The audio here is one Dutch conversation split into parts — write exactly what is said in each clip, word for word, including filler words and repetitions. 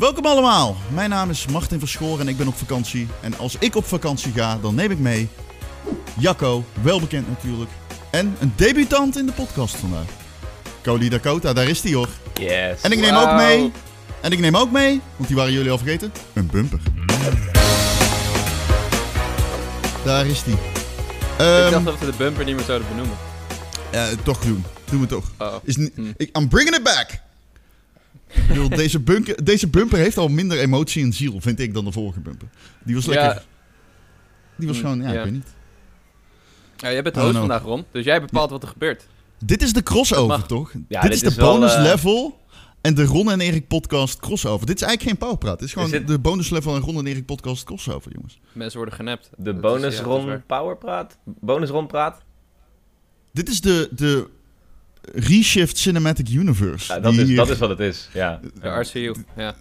Welkom allemaal, mijn naam is Martin Verschoor en ik ben op vakantie. En als ik op vakantie ga, dan neem ik mee Jacco, welbekend natuurlijk. En een debutant in de podcast vandaag. Cody Dakota, daar is die hoor. Yes. En ik neem wow. ook mee, en ik neem ook mee, want die waren jullie al vergeten, een bumper. Daar is die. Ik Um, dacht dat we de bumper niet meer zouden benoemen. uh, toch doen, doen we toch. Oh. Is n- Hm. ik, I'm bringing it back. Ik bedoel, deze, bunker, deze bumper heeft al minder emotie en ziel, vind ik, dan de vorige bumper. Die was lekker. Ja. Die was gewoon, ja, Ja. ik weet niet. Ja, jij bent de Oh, host no. vandaag, Ron. Dus jij bepaalt wat er gebeurt. Dit is de crossover, mag. toch? Ja, dit, dit is de is wel, bonus uh, level en de Ron en Erik podcast crossover. Dit is eigenlijk geen powerpraat. Dit is gewoon Is dit- de bonus level en Ron en Erik podcast crossover, jongens. Mensen worden genapt. De Dat bonus is- ja, dat is Ron waar. Power praat? Bonus Ron praat? Dit is de, de Reshift Cinematic Universe. Ja, dat, die is, hier- dat is wat het is, ja. De R C U, ja.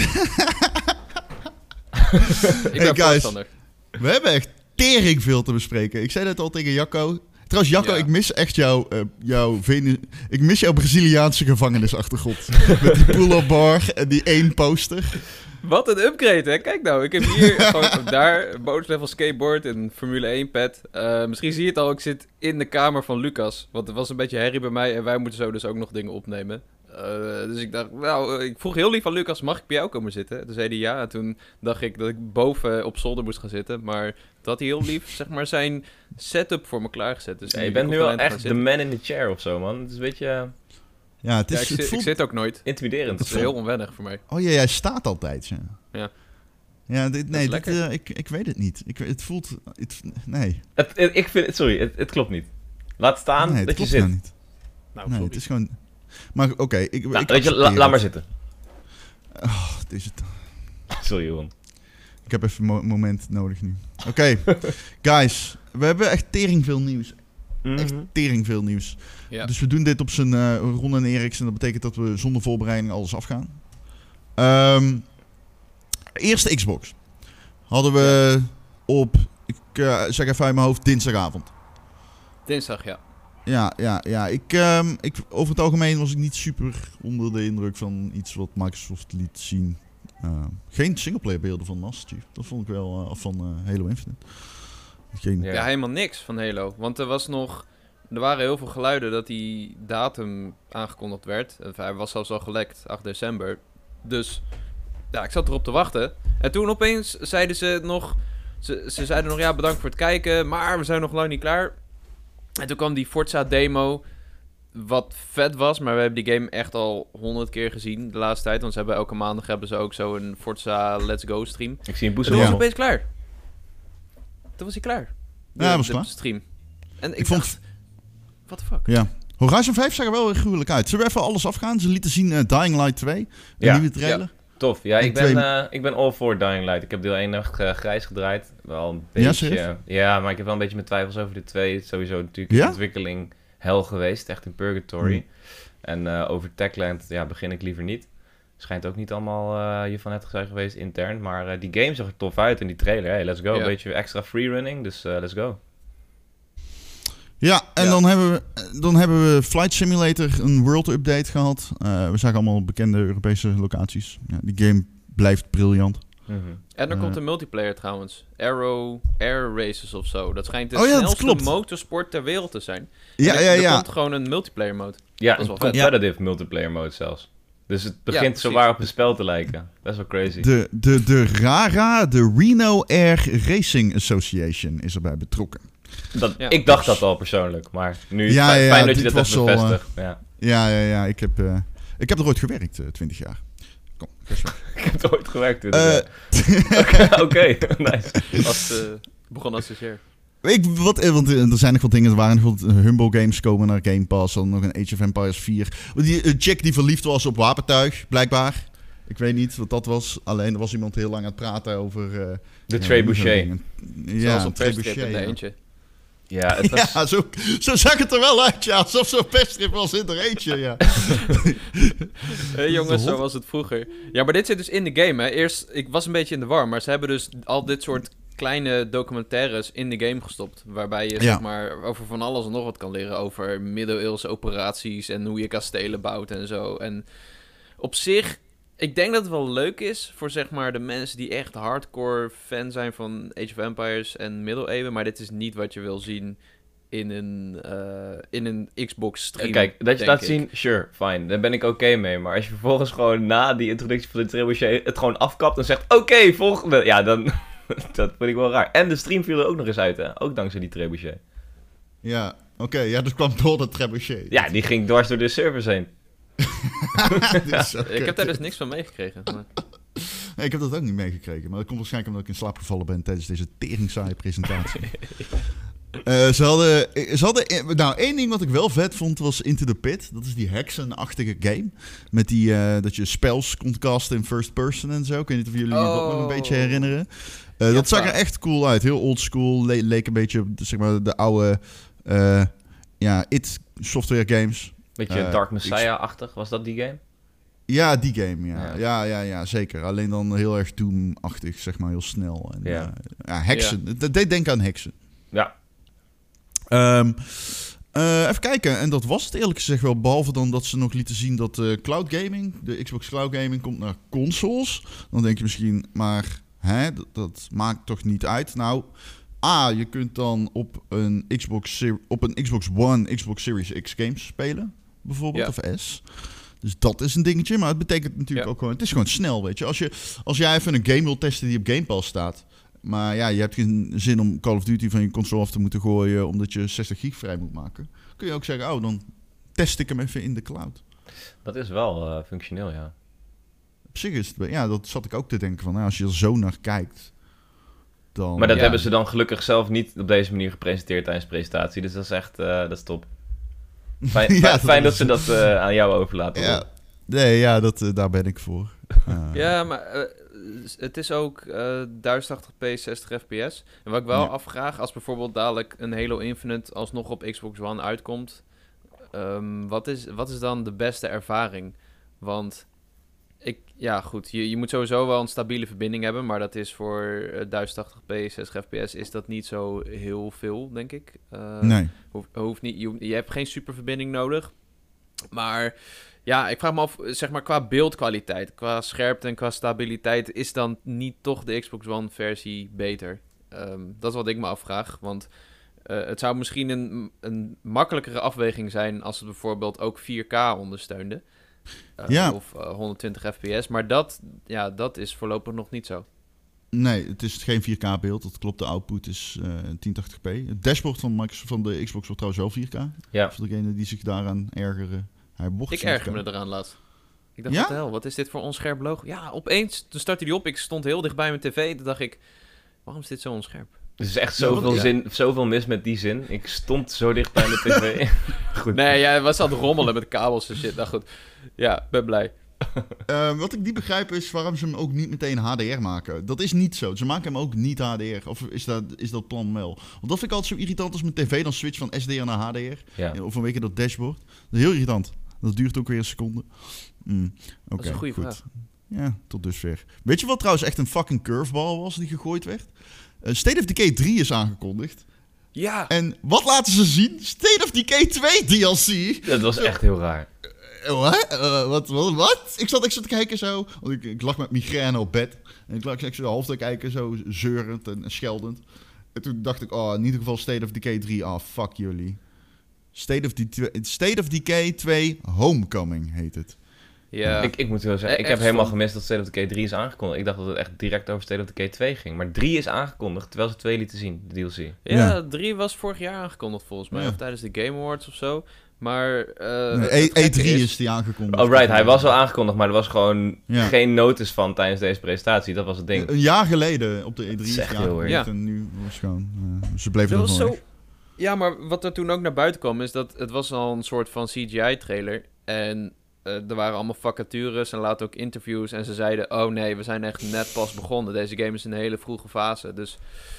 Ik Hey, ben guys. voorstander. We hebben echt tering veel te bespreken. Ik zei dat al tegen Jacco. Trouwens, Jacco, Ja. ik mis echt jouw, uh, jouw Venu- ik mis jouw Braziliaanse gevangenisachtergrond. Met die pull-up bar en die één poster. Wat een upgrade, hè? Kijk nou, ik heb hier gewoon daar een bonus level skateboard en Formule één pad. Uh, misschien zie je het al, ik zit in de kamer van Lucas. Want er was een beetje herrie bij mij en wij moeten zo dus ook nog dingen opnemen. Uh, dus ik dacht, nou, ik vroeg heel lief aan Lucas, mag ik bij jou komen zitten? Toen zei hij ja, en toen dacht ik dat ik boven op zolder moest gaan zitten. Maar dat had hij heel lief, zeg maar, zijn setup voor me klaargezet. Dus Ja, die je bent nu wel componenten gaan echt de zitten. man in the chair of zo, man. Het is een beetje uh, Ja, het is, Ja, ik, het zit, voelt... ik zit ook nooit. intimiderend. Dat is heel onwennig voor mij. Oh ja, jij staat altijd, ja. Ja. Ja, dit, nee, is dit, lekker. uh, ik, ik weet het niet. Ik, het voelt... Het, nee, Het, het- ik vind, sorry, het, het klopt niet. Laat staan nee het dat je klopt zit. nou niet. Nou, Nee, het is gewoon... Maar oké, okay, ik, Nou, ik weet je, la- accepteer laat maar het. zitten. Oh, het is het. Sorry, Ron. Ik heb even een mo- moment nodig nu. Oké, okay. Guys, we hebben echt tering veel nieuws. Echt Mhm. tering veel nieuws. Ja. Dus we doen dit op zijn uh, Ron en Eriks en dat betekent dat we zonder voorbereiding alles afgaan. Um, eerste Xbox hadden we op, ik uh, zeg even uit mijn hoofd, dinsdagavond. Dinsdag, ja. Ja, ja, ja. Ik, um, ik, over het algemeen was ik niet super onder de indruk van iets wat Microsoft liet zien. Uh, geen singleplayer beelden van Master Chief. Dat vond ik wel, uh, van uh, Halo Infinite. Geen... Ja. Ja, helemaal niks van Halo. Want er was nog... Er waren heel veel geluiden dat die datum aangekondigd werd. Enfin, hij was zelfs al gelekt, acht december. Dus ja, ik zat erop te wachten. En toen opeens zeiden ze nog... Ze, ze zeiden nog, ja, bedankt voor het kijken, maar we zijn nog lang niet klaar. En toen kwam die Forza demo, wat vet was, maar we hebben die game echt al honderd keer gezien de laatste tijd. Want ze hebben elke maandag hebben ze ook zo een Forza Let's Go stream. Ik zie een En booster toen was Ja. hij opeens klaar. Toen was hij klaar. De, Ja, hij was de klaar. stream. En ik, Ik vond- dacht, what the fuck? Ja. Horizon vijf zag er wel weer gruwelijk uit. Zullen we even alles afgaan? Ze lieten zien uh, Dying Light twee. Een Ja. nieuwe trailer. Tof. Ja, En ik ben, twee- uh, ik ben all for Dying Light. Ik heb deel één echt uh, grijs gedraaid. Wel een Ja, beetje... serieus? Ja, maar ik heb wel een beetje mijn twijfels over de twee. Het is sowieso natuurlijk Ja? in ontwikkeling hel geweest. Echt in purgatory. Hmm. En uh, over Techland ja, begin ik liever niet. Schijnt ook niet allemaal uh, je van het zijn geweest intern. Maar uh, die game zag er tof uit in die trailer. Hey, let's go. Ja. Een beetje extra freerunning. Dus uh, let's go. Ja, en Ja. Dan, hebben we, dan hebben we Flight Simulator een world update gehad. Uh, we zagen allemaal bekende Europese locaties. Ja, die game blijft briljant. Mhm. En er Uh, komt een multiplayer trouwens. Arrow Air Races of zo. Dat schijnt de Oh ja, dat snelste klopt. motorsport ter wereld te zijn. Ja, En er, ja, er ja. komt gewoon een multiplayer mode. Ja, Dat is een wel vet. competitive multiplayer mode zelfs. Dus het begint precies. zowaar op een spel te lijken. Dat is wel crazy. De, de, de RARA, de Reno Air Racing Association, is erbij betrokken. Dat, Ja. ik dacht dat al persoonlijk, maar nu is Ja, het fijn, ja, fijn dat je dit dat hebt was al, uh, bevestigd. Ja. Ja, ja, ja. Ik heb, uh, ik heb er ooit gewerkt, uh, twintig jaar. Kom, ga zo. Ik heb het ooit gewerkt. Uh, Oké, okay, nice. Als, uh, begon als stagiair. Ik, wat, eh, want eh, er zijn nog wat dingen. Er waren nog wat uh, Humble Games komen naar Game Pass. Dan nog een Age of Empires vier. Die uh, chick die verliefd was op wapentuig, blijkbaar. Ik weet niet wat dat was. Alleen er was iemand heel lang aan het praten over... Uh, De ja, trebuchet. dingen. Zoals Ja, een een perstrip trebuchet. in de Ja. eentje. Ja, het was... Ja, zo, zo zag het er wel uit, ja. Alsof zo'n perstrip was in er eentje, ja. Hé jongens, Hot. zo was het vroeger. Ja, maar dit zit dus in de game, hè. Eerst, ik was een beetje in de war, maar ze hebben dus al dit soort kleine documentaires in de game gestopt. Waarbij je Ja. zeg maar over van alles en nog wat kan leren. Over middeleeuwse operaties en hoe je kastelen bouwt en zo. En op zich, Ik denk dat het wel leuk is voor zeg maar de mensen die echt hardcore fan zijn van Age of Empires en middeleeuwen. Maar dit is niet wat je wil zien in een, uh, in een Xbox stream. Kijk, dat je laat ik. zien, sure, fine. Daar ben ik oké okay mee. Maar als je vervolgens gewoon na die introductie van de trebuchet het gewoon afkapt en zegt, oké, okay, volgende. Ja, dan, dat vind ik wel raar. En de stream viel er ook nog eens uit, hè. Ook dankzij die trebuchet. Ja, oké. Okay, ja, dat kwam door dat trebuchet. Ja, die ging dwars door de servers heen. Ik heb daar dus niks van meegekregen. Maar... Nee, ik heb dat ook niet meegekregen. Maar dat komt waarschijnlijk omdat ik in slaap gevallen ben tijdens deze teringssaaie presentatie. uh, ze hadden... Ze hadden nou, één ding wat ik wel vet vond was Into the Pit. Dat is die heksenachtige game. Met die... Uh, dat je spells kon casten in first person en zo. Ik weet niet of jullie oh. dat nog een beetje herinneren. Uh, ja, dat zag er echt cool uit. Heel old school. Le- leek een beetje op zeg maar, de oude... Uh, ja, It software games. Beetje uh, Dark Messiah-achtig, was dat die game? Ja, die game, ja. Ja, ja, ja, ja zeker. Alleen dan heel erg Doom-achtig, zeg maar, heel snel. En, ja. Uh, ja, heksen. Ja. Dat deed denken aan heksen. Ja. Um, uh, even kijken, en dat was het eerlijk gezegd wel. Behalve dan dat ze nog lieten zien dat uh, cloud gaming, de Xbox Cloud Gaming, komt naar consoles. Dan denk je misschien, maar hè, dat, dat maakt toch niet uit. Nou... A, je kunt dan op een Xbox, op een Xbox One, Xbox Series X games spelen, bijvoorbeeld, ja. Of S. Dus dat is een dingetje, maar het betekent natuurlijk ja. ook gewoon... Het is gewoon snel, weet je. Als, je. als jij even een game wil testen die op Game Pass staat, maar ja, je hebt geen zin om Call of Duty van je console af te moeten gooien omdat je zestig gig vrij moet maken, kun je ook zeggen, oh, dan test ik hem even in de cloud. Dat is wel uh, functioneel, ja. Op zich is het... Ja, dat zat ik ook te denken van, nou, als je er zo naar kijkt... Dan, maar dat ja. hebben ze dan gelukkig zelf niet op deze manier gepresenteerd tijdens de presentatie. Dus dat is echt, uh, dat is top. Fijn, ja, fijn dat, dat ze dat uh, aan jou overlaten. Ja. Nee, ja, dat, uh, daar ben ik voor. Uh. Ja, maar uh, het is ook uh, duizend tachtig p, zestig f p s. En wat ik wel ja. afvraag, als bijvoorbeeld dadelijk een Halo Infinite alsnog op Xbox One uitkomt, um, wat, is, wat is dan de beste ervaring? Want... Ik, ja, goed. Je, je moet sowieso wel een stabiele verbinding hebben. Maar dat is voor uh, duizend tachtig p, zestig f p s is dat niet zo heel veel, denk ik. Uh, nee. Hoef, hoeft niet, je, je hebt geen superverbinding nodig. Maar ja, ik vraag me af, zeg maar qua beeldkwaliteit, qua scherpte en qua stabiliteit, is dan niet toch de Xbox One versie beter? Um, dat is wat ik me afvraag. Want uh, het zou misschien een, een makkelijkere afweging zijn als het bijvoorbeeld ook vier K ondersteunde. Uh, ja. Of uh, honderdtwintig f p s. Maar dat, ja, dat is voorlopig nog niet zo. Nee, het is geen vier K beeld. Dat klopt, de output is uh, tien tachtig p. Het dashboard van, Microsoft, van de Xbox wordt trouwens wel vier K. Ja. Voor degenen die zich daaraan ergeren. Hij wordt ik erger me eraan laat. Ik dacht, ja? wat de hel, wat is dit voor onscherp logo? Ja, opeens, toen startte die op. Ik stond heel dicht bij mijn tv. Toen dacht ik, waarom is dit zo onscherp? Er is echt zoveel, ja. zin, zoveel mis met die zin. Ik stond zo dicht bij mijn tv. Goed. Nee, jij was aan het rommelen met kabels en shit. Nou goed, ja, ben blij. Uh, wat ik niet begrijp is waarom ze hem ook niet meteen H D R maken. Dat is niet zo. Ze maken hem ook niet H D R. Of is dat, is dat plan wel? Want dat vind ik altijd zo irritant als mijn tv dan switcht van S D R naar H D R. Ja. Of vanwege dat dashboard. Dat is heel irritant. Dat duurt ook weer een seconde. Mm, okay, dat is een goede goed. vraag. Ja, tot dusver. Weet je wat trouwens echt een fucking curveball was die gegooid werd? Uh, State of Decay drie is aangekondigd. Ja. En wat laten ze zien? State of Decay twee D L C. Dat was echt heel raar. Uh, what? Uh, wat? Wat? Wat? Ik zat echt zo te kijken zo. Want ik, ik lag met migraine op bed. En ik lag echt zo half te kijken, zo zeurend en scheldend. En toen dacht ik, oh, in ieder geval State of Decay drie. Ah, oh, fuck jullie. State of, De- State of Decay twee Homecoming heet het. Ja. Ik, ik moet wel zeggen, ik heb helemaal gemist dat State of Decay drie is aangekondigd. Ik dacht dat het echt direct over State of Decay twee ging. Maar drie is aangekondigd, terwijl ze twee lieten zien, de D L C. Ja, ja. drie was vorig jaar aangekondigd volgens mij. Ja. Of tijdens de Game Awards of zo. Maar... Uh, nee, E drie is... is die aangekondigd. Oh right, hij was al aangekondigd, maar er was gewoon ja. geen notice van tijdens deze presentatie. Dat was het ding. Een jaar geleden op de E drie is die aangekondigd. Ja. En nu was gewoon... Uh, ze bleven er gewoon weg. Ja, maar wat er toen ook naar buiten kwam, is dat het was al een soort van C G I-trailer. En uh, er waren allemaal vacatures en later ook interviews. En ze zeiden, oh nee, we zijn echt net pas begonnen. Deze game is in een hele vroege fase. Dus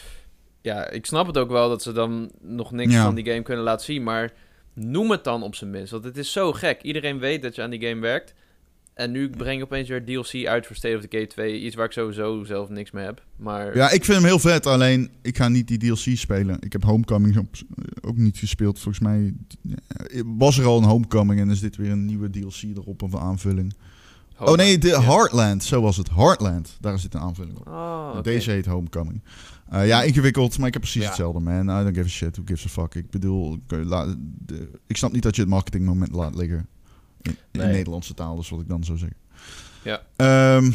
ja, ik snap het ook wel dat ze dan nog niks ja. van die game kunnen laten zien. Maar noem het dan op zijn minst. Want het is zo gek. Iedereen weet dat je aan die game werkt. En nu breng ik opeens weer D L C uit voor State of Decay twee. Iets waar ik sowieso zelf niks mee heb. Maar... Ja, ik vind hem heel vet. Alleen, ik ga niet die D L C spelen. Ik heb Homecoming ook niet gespeeld. Volgens mij was er al een Homecoming. En is dit weer een nieuwe D L C erop of een aanvulling. Oh nee, de Ja. Heartland, zo was het. Heartland, daar zit een aanvulling op. Oh, En oké. Deze heet Homecoming. Uh, ja, ingewikkeld, maar ik heb precies Ja. hetzelfde, man. I don't give a shit, who gives a fuck. Ik bedoel, ik, uh, la- de, ik snap niet dat je het marketingmoment laat liggen. In, in Nee. Nederlandse taal, dus wat ik dan zou zeggen. Ja. Ehm,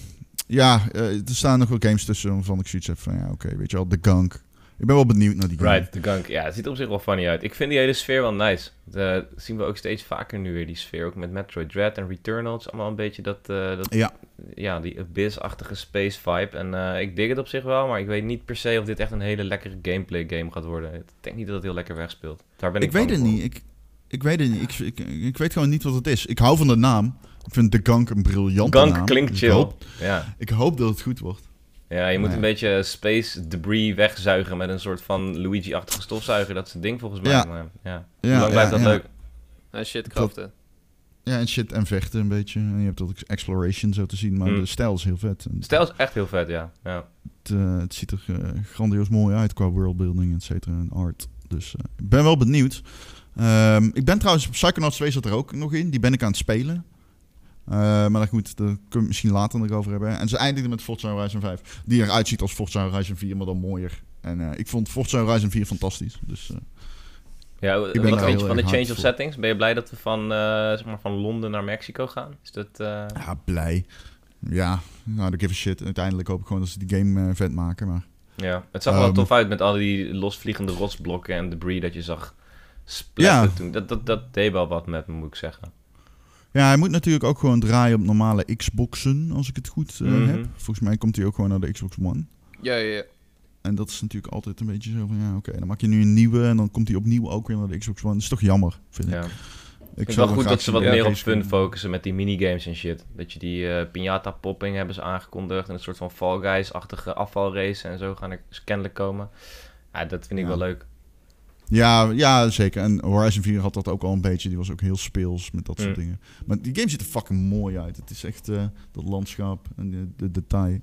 ja, uh, er staan nog wel games tussen waarvan ik zoiets heb van, ja, oké, okay, weet je wel, The Gunk. Ik ben wel benieuwd naar die game. Right, de gunk. Ja, het ziet er op zich wel funny uit. Ik vind die hele sfeer wel nice. Dat uh, zien we ook steeds vaker nu weer, die sfeer. Ook met Metroid Dread en Returnal. Het is allemaal een beetje dat, uh, dat Ja. ja, die Abyss-achtige space vibe. En uh, ik dig het op zich wel, maar ik weet niet per se of dit echt een hele lekkere gameplay game gaat worden. Ik denk niet dat het heel lekker wegspeelt. Daar ben ik Ik weet bang het voor. niet. Ik, ik weet het niet. Ik, ik, ik weet gewoon niet wat het is. Ik hou van de naam. Ik vind The Gunk een briljante naam. Gunk klinkt Ik chill. hoop, Ja. ik hoop dat het goed wordt. Ja, je moet Nee. een beetje space debris wegzuigen met een soort van Luigi-achtige stofzuiger. Dat is het ding volgens mij. Ja. Maar, ja. Ja, Hoe lang blijft ja, dat ja. leuk? En shit craften. Ja, en shit en vechten een beetje. En je hebt dat exploration zo te zien, maar Hmm. de stijl is heel vet. En De stijl is echt heel vet, ja. ja. het, uh, het ziet er uh, grandioos mooi uit qua worldbuilding, et cetera, en art. Dus uh, ik ben wel benieuwd. Um, ik ben trouwens, Psychonauts twee zat er ook nog in. Die ben ik aan het spelen. Uh, maar dat, goed, daar kunnen we het misschien later nog over hebben. En ze eindigden met Forza Horizon vijf. Die eruit ziet als Forza Horizon vier, maar dan mooier. En uh, ik vond Forza Horizon vier fantastisch. Dus uh, Ja, ben wat daar vind je heel van de erg change hyped of voor. settings? Ben je blij dat we van, uh, zeg maar van Londen naar Mexico gaan? Is dat... Uh... ja, blij. Ja, nou, I give a shit. Uiteindelijk hoop ik gewoon dat ze die game uh, vet maken. Maar Ja, het zag er wel Um, tof uit met al die losvliegende rotsblokken en debris dat je zag splatten Ja. toen. Dat, dat, dat deed wel wat met me, moet ik zeggen. ja, hij moet natuurlijk ook gewoon draaien op normale Xboxen, als ik het goed uh, Mhm. heb. Volgens mij komt hij ook gewoon naar de Xbox One. Ja, ja, ja. En dat is natuurlijk altijd een beetje zo van, ja, oké, okay, dan maak je nu een nieuwe en dan komt hij opnieuw ook weer naar de Xbox One. Dat is toch jammer, vind ik. Ja. Ik Ik vind het zou wel goed graag dat ze zien wat meer op deze fun game- focussen met die minigames en shit. Dat je die uh, piñata popping hebben ze aangekondigd en een soort van Fall Guys-achtige afvalrace en zo gaan er kennelijk komen. Ja, dat vind ik Ja. wel leuk. Ja, ja, zeker. En Horizon vier had dat ook al een beetje. Die was ook heel speels met dat soort Mm. dingen. Maar die game ziet er fucking mooi uit. Het is echt uh, dat landschap en de, de detail.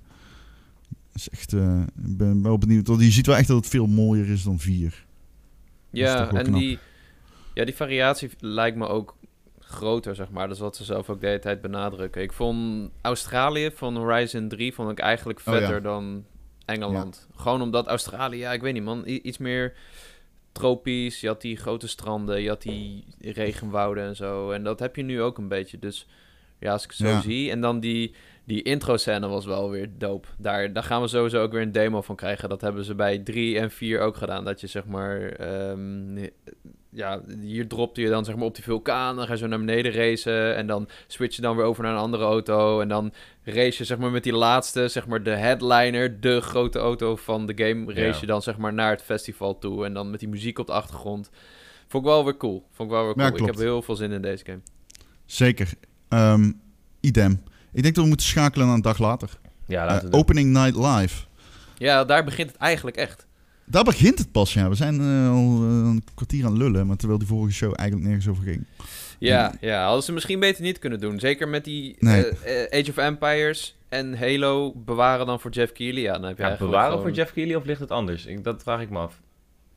Het is echt, uh, ik ben wel benieuwd. Want je ziet wel echt dat het veel mooier is dan vier. Dat is Ja, toch wel en knap. die, ja, die variatie lijkt me ook groter, zeg maar. Dat is wat ze zelf ook de hele tijd benadrukken. Ik vond Australië van Horizon drie vond ik eigenlijk Oh, ja. vetter dan Engeland. Gewoon omdat Australië, ja, ik weet niet man, i- iets meer tropisch. Je had die grote stranden, je had die regenwouden en zo. En dat heb je nu ook een beetje. Dus ja, als ik het zo Ja. zie. En dan die, die intro-scène was wel weer dope. Daar, daar gaan we sowieso ook weer een demo van krijgen. Dat hebben ze bij drie en vier ook gedaan. Dat je zeg maar... ehm, ja, hier dropte je dan zeg maar op die vulkaan. Dan ga je zo naar beneden racen. En dan switch je dan weer over naar een andere auto. En dan race je zeg maar met die laatste, zeg maar de headliner, de grote auto van de game. Race Ja. je dan zeg maar naar het festival toe. En dan met die muziek op de achtergrond. Vond ik wel weer cool. Vond ik wel weer Ja, cool. ik klopt. heb heel veel zin in deze game. Zeker. Um, idem. Ik denk dat we moeten schakelen naar een dag later. Ja, Uh, laten we doen. opening Night Live. Ja, daar begint het eigenlijk echt. Daar begint het pas, ja. We zijn uh, al uh, een kwartier aan lullen, maar terwijl die vorige show eigenlijk nergens over ging. Ja, ja, hadden ze misschien beter niet kunnen doen. Zeker met die Nee. eh, eh, Age of Empires en Halo bewaren dan voor Jeff Keighley. Ja, dan heb je Ja, eigenlijk bewaren gewoon- voor Jeff Keighley of ligt het anders? Ik, dat vraag ik me af.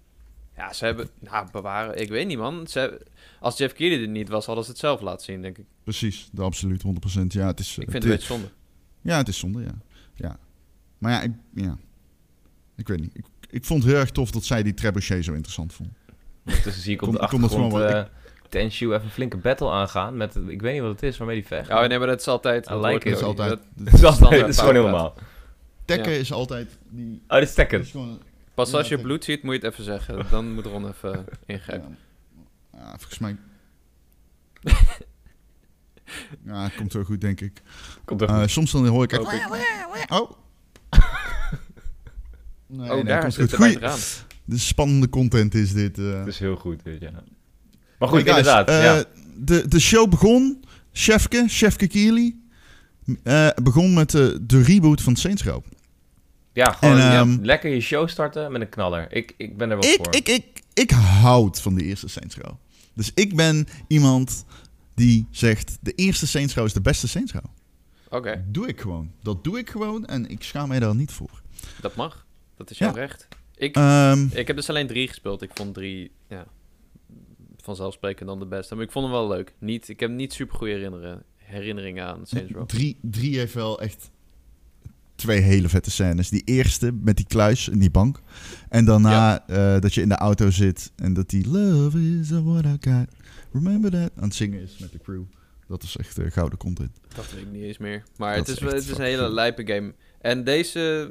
Ja, ze hebben... Nou, bewaren... Ik weet niet, man. Ze hebben- Als Jeff Keighley er niet was, hadden ze het zelf laten zien, denk ik. Precies, de absoluut honderd procent. Ja, het is, Ik uh, vind het het een beetje zonde. Ja, het is zonde, ja. ja. Maar ja ik, ja, ik weet niet. Ik, ik vond het heel erg tof dat zij die trebuchet zo interessant vond. Ondertussen zie ik op Kon- de kon dat achtergrond gewoon wel- uh, Tenshu even een flinke battle aangaan. Met, ik weet niet wat het is, waarmee die vecht. Oh, nee, maar dat is altijd... I dat like hoort it. ook Het is niet. altijd... Dat- Het is, altijd- standaard het is gewoon pauwpraat. helemaal. Tekken Ja. is altijd... Die, Oh, dit is Tekken. is gewoon, Pas Ja, als je dat- bloed ziet, moet je het even zeggen. Dan moet Ron even uh, ingrijpen. ja, ja, volgens mij... ja, het komt wel goed, denk ik. Komt er Uh, goed. soms dan hoor ik... Hoop echt- ik. Oh! Nee, Oh, nee, daar komt zit goed. er bij Goeie, eraan. de spannende content is dit. uh. Het is heel goed, dit, ja. Maar goed, Hey, guys, inderdaad. uh, ja. de, de show begon... Chefke, Chefke Keighley... uh, begon met uh, de reboot van Saints Row. Ja, gewoon En, ja, ehm, lekker je show starten met een knaller. Ik, ik ben er wel Ik, voor. ik, ik, ik houd van de eerste Saints Row. Dus ik ben iemand die zegt... de eerste Saints Row is de beste Saints Row. Oké, Dat doe ik gewoon. Dat doe ik gewoon en ik schaam mij daar niet voor. dat mag. Dat is jouw Ja. recht. Ik, Ehm, ik heb dus alleen drie gespeeld. Ik vond drie, ja, vanzelfsprekend dan de beste. Maar ik vond hem wel leuk. Niet, ik heb niet super goede herinneren, herinneringen aan Saints Row. Drie, drie heeft wel echt twee hele vette scènes. Die eerste met die kluis in die bank. En daarna ja. uh, dat je in de auto zit en dat die love is what I got. Remember that? Aan het zingen is met de crew. Dat is echt uh, gouden content. Dat weet ik niet eens meer. Maar dat het is, is, het is een hele lijpe game. En deze...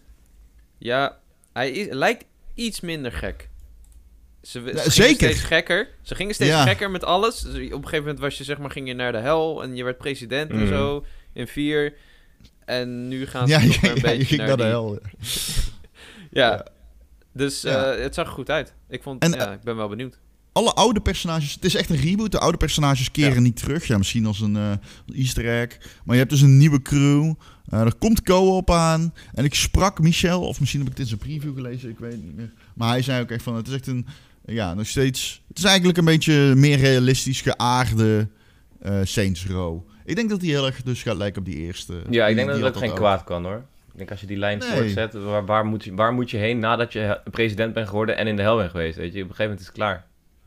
Ja, hij is, lijkt iets minder gek. Ze, ze ja, gingen zeker. steeds gekker. Ze gingen steeds ja. gekker met alles. Dus op een gegeven moment was je, zeg maar, ging je naar de hel en je werd president mm. en zo in vier. En nu gaan ze ja, nog ja, weer een ja, beetje je ging naar, naar die... de hel. ja. ja. Dus uh, ja. het zag er goed uit. Ik vond, en, ja, ik ben wel benieuwd. Alle oude personages, het is echt een reboot. De oude personages keren ja. niet terug. Ja, misschien als een uh, easter egg. Maar je hebt dus een nieuwe crew. Uh, er komt co-op aan. En ik sprak Michel, of misschien heb ik dit in zijn preview gelezen, ik weet het niet meer. Maar hij zei ook echt van, het is echt een, ja, nog steeds... Het is eigenlijk een beetje meer realistisch geaarde uh, Saints Row. Ik denk dat hij heel erg dus gaat lijken op die eerste. Ja, ik denk die, dat het ook geen ook. kwaad kan, hoor. Ik denk als je die lijn nee. voortzet, waar, waar, moet je, waar moet je heen nadat je president bent geworden en in de hel bent geweest, weet je? Op een gegeven moment is het klaar.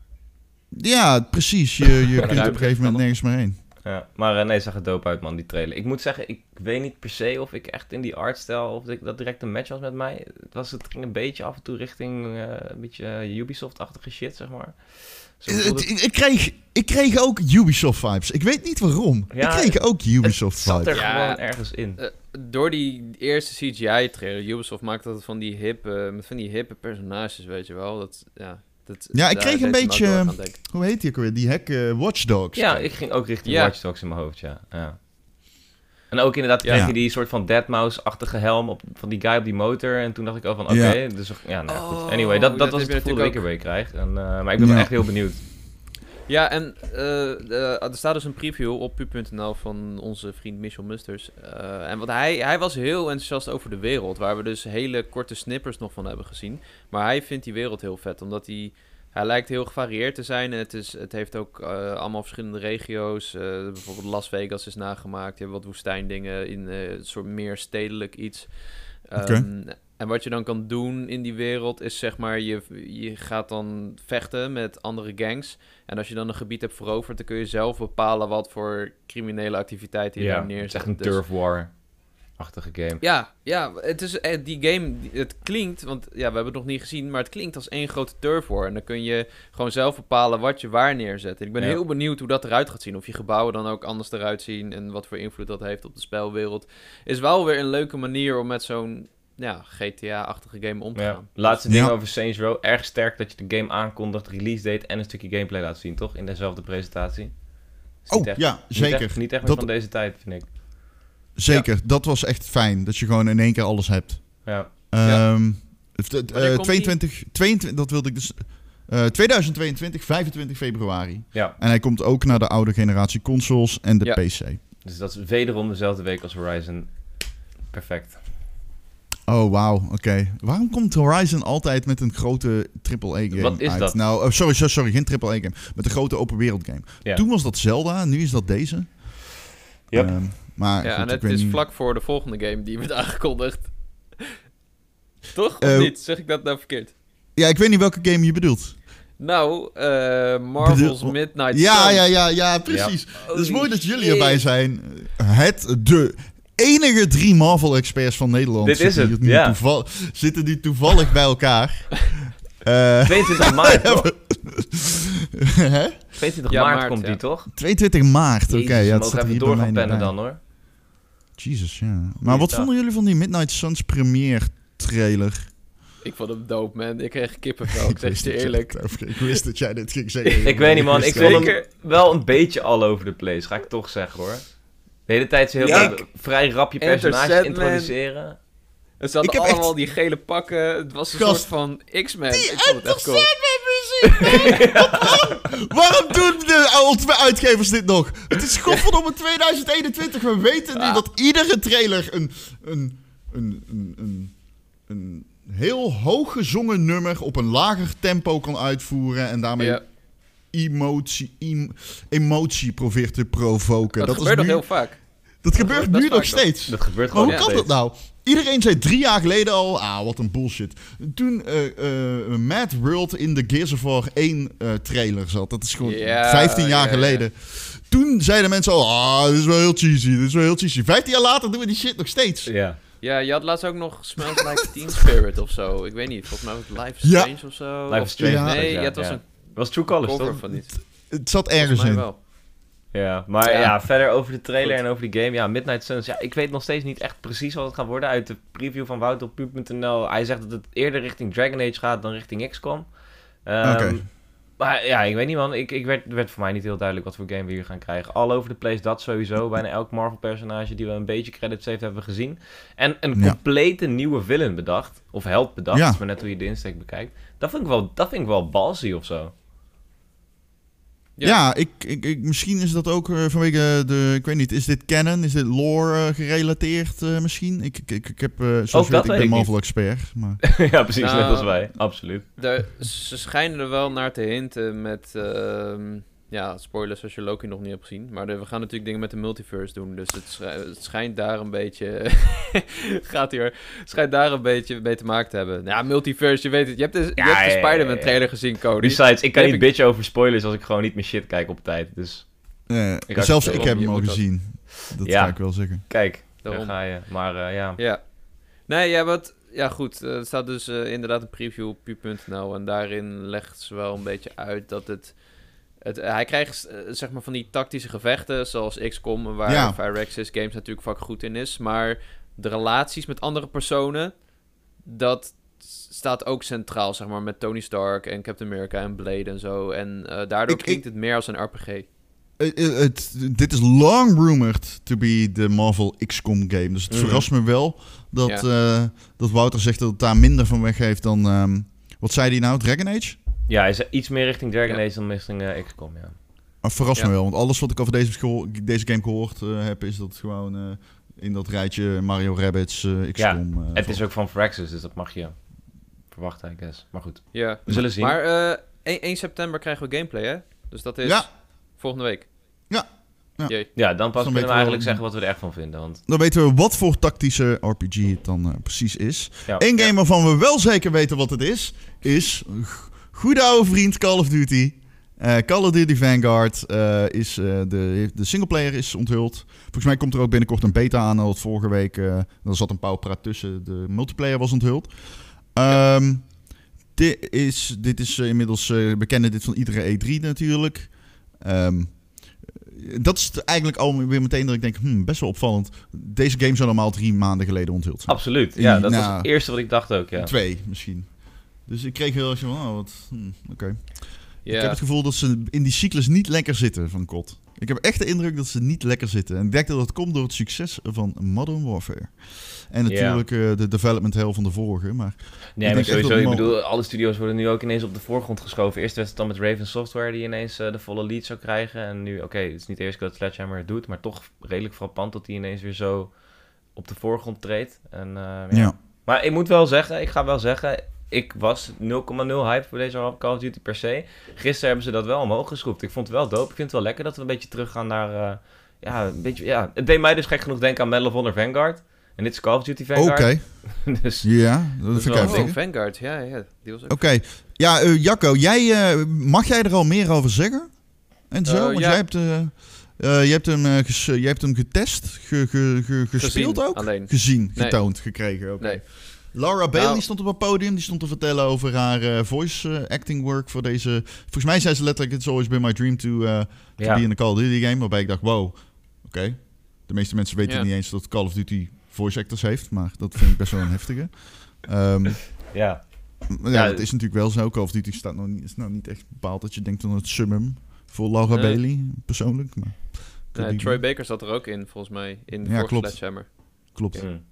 Ja, precies. Je, je kunt op een gegeven moment nergens meer heen. Ja, maar uh, nee, het zag er dope uit, man, die trailer. Ik moet zeggen, ik weet niet per se of ik echt in die artstijl, of ik, dat direct een match was met mij. Het, was, het ging een beetje af en toe richting uh, een beetje uh, Ubisoft-achtige shit, zeg maar. Uh, het... ik, ik, kreeg, ik kreeg ook Ubisoft-vibes. Ik weet niet waarom. Ja, ik kreeg ook Ubisoft-vibes. Het zat er ja, gewoon ergens in. Uh, door die eerste C G I-trailer, Ubisoft maakt dat van die hippe, met van die hippe personages, weet je wel. Dat, ja... Dat, ja, ik kreeg een beetje... Hoe heet die ook weer? Die hack uh, Watch Dogs. Ja, ik ging ook richting ja. Watch Dogs in mijn hoofd, ja. ja. En ook inderdaad kreeg ja. je die soort van Deadmau5-achtige helm op, van die guy op die motor. En toen dacht ik al van, oké, okay, ja. dus ja, nou goed. Anyway, dat, dat, dat was het gevoel dat ik erbij krijg. En, uh, maar ik ben ja. echt heel benieuwd. Ja, en uh, uh, er staat dus een preview op pu punt n l van onze vriend Michel Musters. Uh, en wat hij, hij was heel enthousiast over de wereld, waar we dus hele korte snippers nog van hebben gezien. Maar hij vindt die wereld heel vet, omdat hij, hij lijkt heel gevarieerd te zijn. En het, is, het heeft ook uh, allemaal verschillende regio's. Uh, bijvoorbeeld Las Vegas is nagemaakt. Je hebt wat woestijndingen in uh, een soort meer stedelijk iets. Um, okay. En wat je dan kan doen in die wereld is, zeg maar, je, je gaat dan vechten met andere gangs. En als je dan een gebied hebt veroverd, dan kun je zelf bepalen wat voor criminele activiteiten je ja, daar neerzet. Het is echt een dus... turf war-achtige game. Ja, ja, het is die game, het klinkt, want ja, we hebben het nog niet gezien, maar het klinkt als één grote turf war. En dan kun je gewoon zelf bepalen wat je waar neerzet. En ik ben ja. heel benieuwd hoe dat eruit gaat zien. Of je gebouwen dan ook anders eruit zien en wat voor invloed dat heeft op de spelwereld. Is wel weer een leuke manier om met zo'n ja, G T A-achtige game om te ja. gaan. Laatste ding ja. over Saints Row. Erg sterk dat je de game aankondigt, release date en een stukje gameplay laat zien, toch? In dezelfde presentatie. Oh, echt, niet ja, zeker. Echt, niet echt dat... van deze tijd, vind ik. Zeker, ja. dat was echt fijn. Dat je gewoon in één keer alles hebt. Ja. Um, ja. uh, tweeëntwintig, tweeëntwintig, dat wilde ik dus... Uh, tweeduizend tweeëntwintig, vijfentwintig februari. Ja. En hij komt ook naar de oude generatie consoles en de ja. P C. Dus dat is wederom dezelfde week als Horizon. Perfect. Oh, wauw. Oké. Okay. Waarom komt Horizon altijd met een grote triple A game Wat is uit? dat? Nou, oh, sorry, sorry, sorry, geen triple A game. Met een grote open wereld game. Ja. Toen was dat Zelda, nu is dat deze. Yep. Um, maar ja, goed, en het is niet... vlak voor de volgende game die werd aangekondigd. Toch? Of uh, niet? Zeg ik dat nou verkeerd? Ja, ik weet niet welke game je bedoelt. Nou, uh, Marvel's Bedoel... Midnight ja, Suns. Ja, ja, ja, precies. Ja. Het is mooi dat jullie erbij zijn. Het, de enige drie Marvel-experts van Nederland Dit is het, nu ja. toeval- zitten die toevallig bij elkaar. Uh, tweeëntwintig maart, toch? Hè? tweeëntwintig ja, maart, maart komt ja. die, toch? tweeëntwintig maart, oké. Okay, ja, we mogen even door gaan pennen dan, hoor. Jezus, ja. Maar wat vonden jullie van die Midnight Suns premiere trailer? Ik vond hem dope, man. Ik kreeg kippenvel, ik zeg je eerlijk. Ik wist dat jij dit ging zeggen. Ik weet niet, man. Ik vond hem wel een beetje all over the place, ga ik toch zeggen, hoor. De hele tijd zo heel ja, ik... vrij rap je personage introduceren. Er zaten allemaal echt... die gele pakken. Het was een Gast. soort van X-Men. Die ik vond het echt cool. Muziek, waarom doen de uitgevers dit nog? Het is godverdomme tweeduizend eenentwintig. We weten nu ah. dat iedere trailer een, een, een, een, een, een heel hoog gezongen nummer op een lager tempo kan uitvoeren. En daarmee ja. emotie, em, emotie probeert te provoken. Dat, dat gebeurt nog nu... heel vaak. Dat gebeurt nu nog vaak steeds. Dat gebeurt Maar gewoon hoe kan dat nou? Iedereen zei drie jaar geleden al, ah, wat een bullshit. Toen uh, uh, Mad World in de Gears of War één uh, trailer zat. Dat is gewoon Ja, vijftien jaar ja, geleden. Ja. Toen zeiden mensen al, ah, dit is wel heel cheesy, dit is wel heel cheesy. vijftien jaar later doen we die shit nog steeds. Ja. Ja, je had laatst ook nog Smells Like Teen Spirit of zo. Ik weet niet, volgens mij was het Life is Ja. Strange of zo. Life is Strange. Ja. Nee, ja, ja, het was ja. een Het was True Colors, cover toch? van iets. Het zat Volgens ergens mij in. wel. Ja, maar ja. Ja. verder over de trailer Goed. en over die game. Ja, Midnight Suns. Ja, ik weet nog steeds niet echt precies wat het gaat worden. Uit de preview van Wouter op pu punt n l. Hij zegt dat het eerder richting Dragon Age gaat dan richting X COM. Um, Oké. Maar ja, ik weet niet man. Ik, ik werd, werd voor mij niet heel duidelijk wat voor game we hier gaan krijgen. All over the place, dat sowieso. Bijna elk Marvel personage die we een beetje credits heeft, hebben we gezien. En een Ja. complete nieuwe villain bedacht. Of held bedacht. Ja. Dat is maar net hoe je de insteek bekijkt. Dat vind ik wel, dat vind ik wel ballsy of zo. Ja. Ja, ik, ik, ik, misschien is dat ook uh, vanwege de... Ik weet niet, is dit canon? Is dit lore uh, gerelateerd uh, misschien? Ik, ik, ik heb... Uh, zoals Ook weet, dat ik weet ben ik Marvel-expert. Maar... Ja, precies. Nou, net als wij. Absoluut. De, ze schijnen er wel naar te hinten met... Uh, ja, spoilers als je Loki nog niet hebt gezien. Maar de, we gaan natuurlijk dingen met de multiverse doen. Dus het, sch- het schijnt daar een beetje... gaat hier... Het schijnt daar een beetje mee te maken te hebben. Ja, multiverse, je weet het. Je hebt de, je Ja, hebt de ja, ja, Spider-Man ja. trailer gezien, Cody. Besides, ik kan Heb niet ik- bitchen over spoilers als ik gewoon niet mijn shit kijk op tijd. Dus Uh, Ik zelfs accepteer ik wel, heb je hem al moet dat. gezien. Dat Ja. ga ik wel zeggen. kijk, Daarom. daar ga je. Maar uh, ja. Ja. Nee, ja, wat... Ja, goed. Uh, er staat dus uh, inderdaad een preview op pu punt n l. En daarin legt ze wel een beetje uit dat het... het uh, hij krijgt uh, zeg maar van die tactische gevechten, zoals X COM, waar Ja. Firaxis Games natuurlijk vaak goed in is. Maar de relaties met andere personen, dat staat ook centraal, zeg maar, met Tony Stark en Captain America en Blade en zo. En uh, daardoor Ik- klinkt ik- het meer als een R P G. Uh, uh, het, dit is long rumored to be the Marvel X COM game. Dus het Mhm. verrast me wel dat, Ja. uh, dat Wouter zegt dat het daar minder van weggeeft dan... Um, wat zei hij nou? Dragon Age? Ja, hij is iets meer richting Dragon Ja. Age dan richting uh, X COM, ja. Maar verrast Ja. me wel, want alles wat ik over deze, geho- deze game gehoord uh, heb... is dat het gewoon uh, in dat rijtje Mario Rabbids uh, X COM... Uh, Het valt. is ook van Firaxis, dus dat mag je verwachten, I guess. Maar goed, Ja. we zullen zien. Maar uh, één september krijgen we gameplay, hè? Dus dat is Ja. volgende week. Ja. Ja. Jee. Ja, dan pas Dan kunnen we weten we eigenlijk wel- zeggen wat we er echt van vinden. Want Dan weten we wat voor tactische R P G het dan uh, precies is. ja, Eén game waarvan we wel zeker weten wat het is... is g- goede oude vriend Call of Duty... Uh, Call of Duty Vanguard uh, is uh, de, de singleplayer is onthuld. Volgens mij komt er ook binnenkort een beta aan. Al vorige week, uh, er zat een pauwpraat tussen. De multiplayer was onthuld. Um, dit is, dit is uh, inmiddels, uh, we kennen dit van iedere E drie natuurlijk. Um, dat is het eigenlijk al weer meteen dat ik denk, hmm, best wel opvallend. Deze game zou normaal drie maanden geleden onthuld zijn. absoluut. Ja, dat Nou, was het eerste wat ik dacht ook, ja. Twee misschien. Dus ik kreeg heel erg van, oh, wat, hmm, oké. Okay. Ja. Ik heb het gevoel dat ze in die cyclus niet lekker zitten van C O D. Ik heb echt de indruk dat ze niet lekker zitten. En ik denk dat dat komt door het succes van Modern Warfare. En natuurlijk uh, de development hell van de vorige. Maar Nee, ik maar denk echt sowieso, dat ik Mo- bedoel, alle studio's worden nu ook ineens op de voorgrond geschoven. Eerst was het dan met Raven Software die ineens uh, de volle lead zou krijgen. En nu, oké, okay, het is niet de eerste keer dat Sledgehammer het doet, maar toch redelijk frappant dat die ineens weer zo op de voorgrond treedt. En, uh, ja. ja. Maar ik moet wel zeggen, ik ga wel zeggen, ik was nul komma nul hype voor deze Call of Duty per se. Gisteren hebben ze dat wel omhoog geschroefd. Ik vond het wel dope. Ik vind het wel lekker dat we een beetje teruggaan naar, uh, ja, een beetje, ja. Het deed mij dus gek genoeg denken aan Medal of Honor Vanguard. En dit is Call of Duty Oké, Vanguard. okay. dus, ja, dat is vind ik wel- even Oh, zeggen. Vanguard, ja, ja. Die was ook... Oké, okay. Ja, uh, Jacco, jij, uh, mag jij er al meer over zeggen? En zo, Uh, want ja. jij hebt, uh, uh, jij, hebt hem, uh, ges- jij hebt hem getest, ge- ge- ge- gespeeld Gezien, ook? alleen. Gezien, Nee. getoond, gekregen. Okay. Nee. Laura Bailey Nou- stond op het podium. Die stond te vertellen over haar uh, voice uh, acting work voor deze... Volgens mij zei ze letterlijk... It's always been my dream to, uh, to Ja. be in a Call of Duty game. Waarbij ik dacht, wow, oké. Okay. De meeste mensen weten Ja. niet eens dat Call of Duty voice actors heeft. Maar dat vind ik best wel een heftige. Um, ja. ja, Ja, dat is natuurlijk wel zo. Call of Duty staat nog niet, is nou niet echt bepaald dat je denkt aan het summum voor Laura Nee. Bailey, persoonlijk. Maar, Nee, Troy Baker zat er ook in, volgens mij. In de Ja, vorige klopt. Sledgehammer. Klopt. Mm.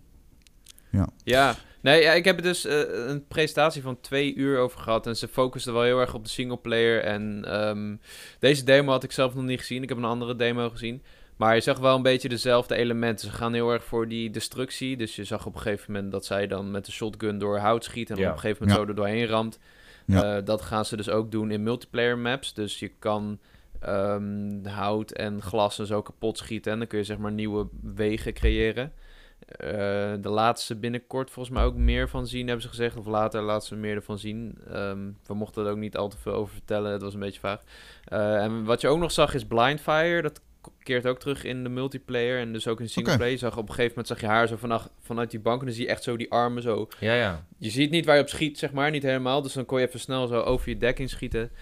Ja, nee, ja, ik heb er dus uh, een presentatie van twee uur over gehad. En ze focusten wel heel erg op de singleplayer. En um, deze demo had ik zelf nog niet gezien. Ik heb een andere demo gezien. Maar je zag wel een beetje dezelfde elementen. Ze gaan heel erg voor die destructie. Dus je zag op een gegeven moment dat zij dan met de shotgun door hout schiet. En Ja. op een gegeven moment Ja. zo er doorheen ramt. Ja. Uh, dat gaan ze dus ook doen in multiplayer maps. Dus je kan um, hout en glas en zo kapot schieten. En dan kun je zeg maar nieuwe wegen creëren. Uh, de laatste binnenkort volgens mij ook meer van zien, hebben ze gezegd. Of later laten ze meer ervan zien. Um, we mochten er ook niet al te veel over vertellen. Het was een beetje vaag. Uh, en wat je ook nog zag is Blindfire. Dat keert ook terug in de multiplayer. En dus ook in de singleplayer. Okay. Je zag op een gegeven moment zag je haar zo vanaf, vanuit die bank. En dan zie je echt zo die armen zo. Ja, ja. Je ziet niet waar je op schiet, zeg maar. Niet helemaal. Dus dan kon je even snel zo over je dekking schieten.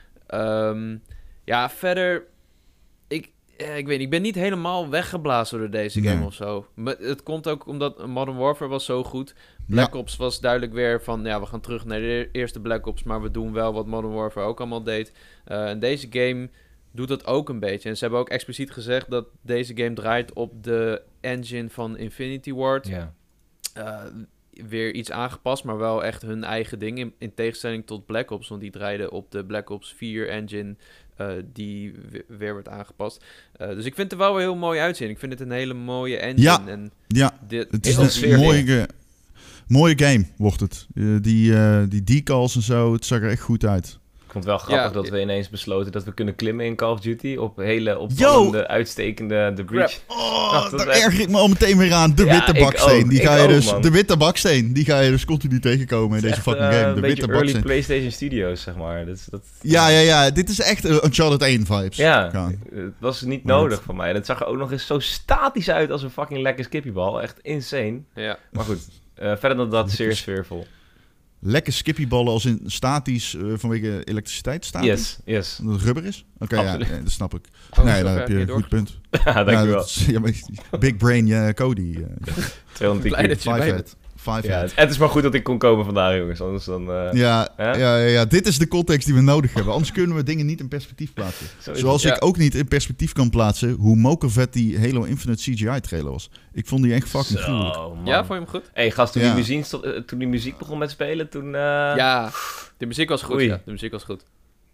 Um, ja, verder... Ik, eh, ik weet niet. Ik ben niet helemaal weggeblazen door deze game nee. of zo. Maar het komt ook omdat Modern Warfare was zo goed. Black ja. Ops was duidelijk weer van... Ja, we gaan terug naar de eerste Black Ops. Maar we doen wel wat Modern Warfare ook allemaal deed. Uh, en deze game... doet dat ook een beetje. En ze hebben ook expliciet gezegd dat deze game draait op de engine van Infinity Ward. Ja. Uh, weer iets aangepast, maar wel echt hun eigen ding. In, in tegenstelling tot Black Ops, want die draaide op de Black Ops vier engine uh, die w- weer werd aangepast. Uh, dus ik vind het er wel weer heel mooi uitzien. Ik vind het een hele mooie engine. Ja, en ja. Dit, het is een mooie, mooie game, wordt het. Uh, die, uh, die decals en zo, het zag er echt goed uit. Ik vond het wel grappig ja, dat we ineens besloten dat we kunnen klimmen in Call of Duty op hele opvallende, uitstekende de breach. Oh, Ach, daar erger ik me al meteen weer aan. De ja, witte baksteen. Ook, die ga je ook, dus, de witte baksteen, die ga je dus continu tegenkomen in deze echt, fucking game. De een witte early baksteen. PlayStation Studios, zeg maar. Dat, dat, ja, ja, ja. Dit is echt uh, Uncharted één vibes. Ja, ja, het was niet nodig voor mij. En het zag er ook nog eens zo statisch uit als een fucking lekker skippiebal. Echt insane. Ja. Maar goed, uh, verder dan dat, zeer sfeervol. Lekker skippieballen als in statisch uh, vanwege elektriciteit statisch? Yes, yes. Dat het rubber is? Oké, okay, ja, ja, dat snap ik. Oh, nee, daar heb je een goed punt. Ja, dankjewel. Ja, ja, big brain uh, Cody. Uh, tweehonderdtien keer. Five ja, het is maar goed dat ik kon komen vandaag, jongens. Anders dan... Uh, ja, ja, ja, ja, dit is de context die we nodig hebben. Anders kunnen we dingen niet in perspectief plaatsen. Zoals ik ja. ook niet in perspectief kan plaatsen hoe mokervet die Halo Infinite C G I-trailer was. Ik vond die echt fucking gruwelijk. Ja, vond je hem goed? Hé, hey, gast, toen, ja. die muziek, toen die muziek begon met spelen, toen... Uh... Ja, de muziek was goed, ja. De muziek was goed.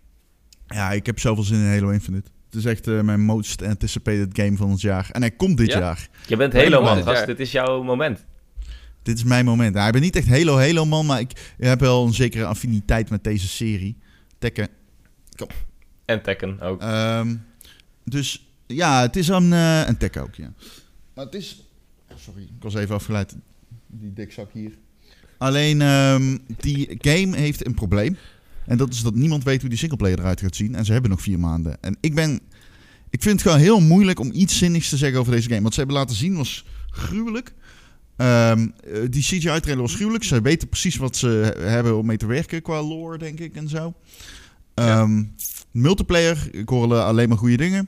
Ja, ik heb zoveel zin in Halo Infinite. Het is echt uh, mijn most anticipated game van het jaar. En hij komt dit ja? jaar. Je bent Halo-man, gast. Dit is jouw moment. Dit is mijn moment. Nou, ik ben niet echt Halo Halo man, maar ik heb wel een zekere affiniteit met deze serie. Tekken. Kom. En Tekken ook. Um, dus ja, het is een... Uh, en Tekken ook, ja. Maar het is... Sorry, ik was even afgeleid. Die dikzak hier. Alleen, um, die game heeft een probleem. En dat is dat niemand weet hoe die singleplayer eruit gaat zien. En ze hebben nog vier maanden. En ik ben... Ik vind het gewoon heel moeilijk om iets zinnigs te zeggen over deze game. Wat ze hebben laten zien was gruwelijk. Um, die C G I-trailer was gruwelijk. Ze weten precies wat ze hebben om mee te werken qua lore, denk ik, en zo. Um, ja. Multiplayer, ik hoor alleen maar goede dingen.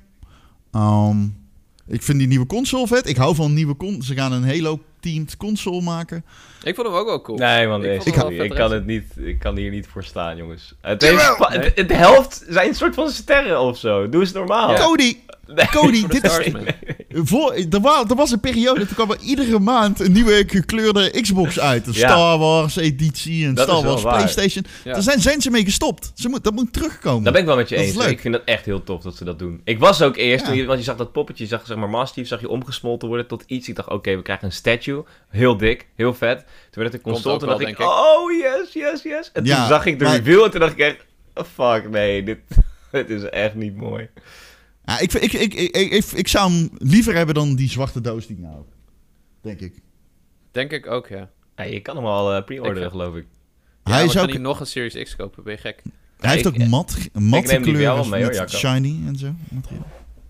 Um, ik vind die nieuwe console vet. Ik hou van nieuwe console. Ze gaan een Halo-themed console maken. Ik vond hem ook wel cool. Nee, man, ik, ik, ik, ik kan het niet. Ik kan hier niet voor staan, jongens. Het heeft, nee. het, de helft zijn een soort van sterren of zo. Doe eens normaal. Ja. Cody! Nee, Cody, dit stars, is... Voor, er, was, er was een periode, toen kwam er iedere maand een nieuwe gekleurde Xbox uit. Een ja. Star Wars editie, een dat Star Wars PlayStation. Ja. Daar zijn, zijn ze mee gestopt. Ze moet, dat moet terugkomen. Daar ben ik wel met je dat eens. Ik vind dat echt heel tof dat ze dat doen. Ik was ook eerst, ja. toen je, want je zag dat poppetje, je zag zeg maar Master Chief, zag je omgesmolten worden tot iets. Ik dacht, oké, okay, we krijgen een statue. Heel dik, heel vet. Toen werd het een console, toen dacht ik, ik, oh yes, yes, yes. En ja, toen zag ik de maar... review en toen dacht ik echt, oh, fuck, nee, dit, dit is echt niet mooi. Ja, ik, ik, ik, ik, ik, ik zou hem liever hebben dan die zwarte doos die ik nou heb. Denk ik. Denk ik ook, ja. Ja, je kan hem al uh, pre-orderen, geloof ik. Ja, hij is ook... kan hij nog een Series X kopen, ben je gek? Hij ja, heeft ik, ook mat, matte kleuren mee, met hoor, shiny en zo. Materiaal.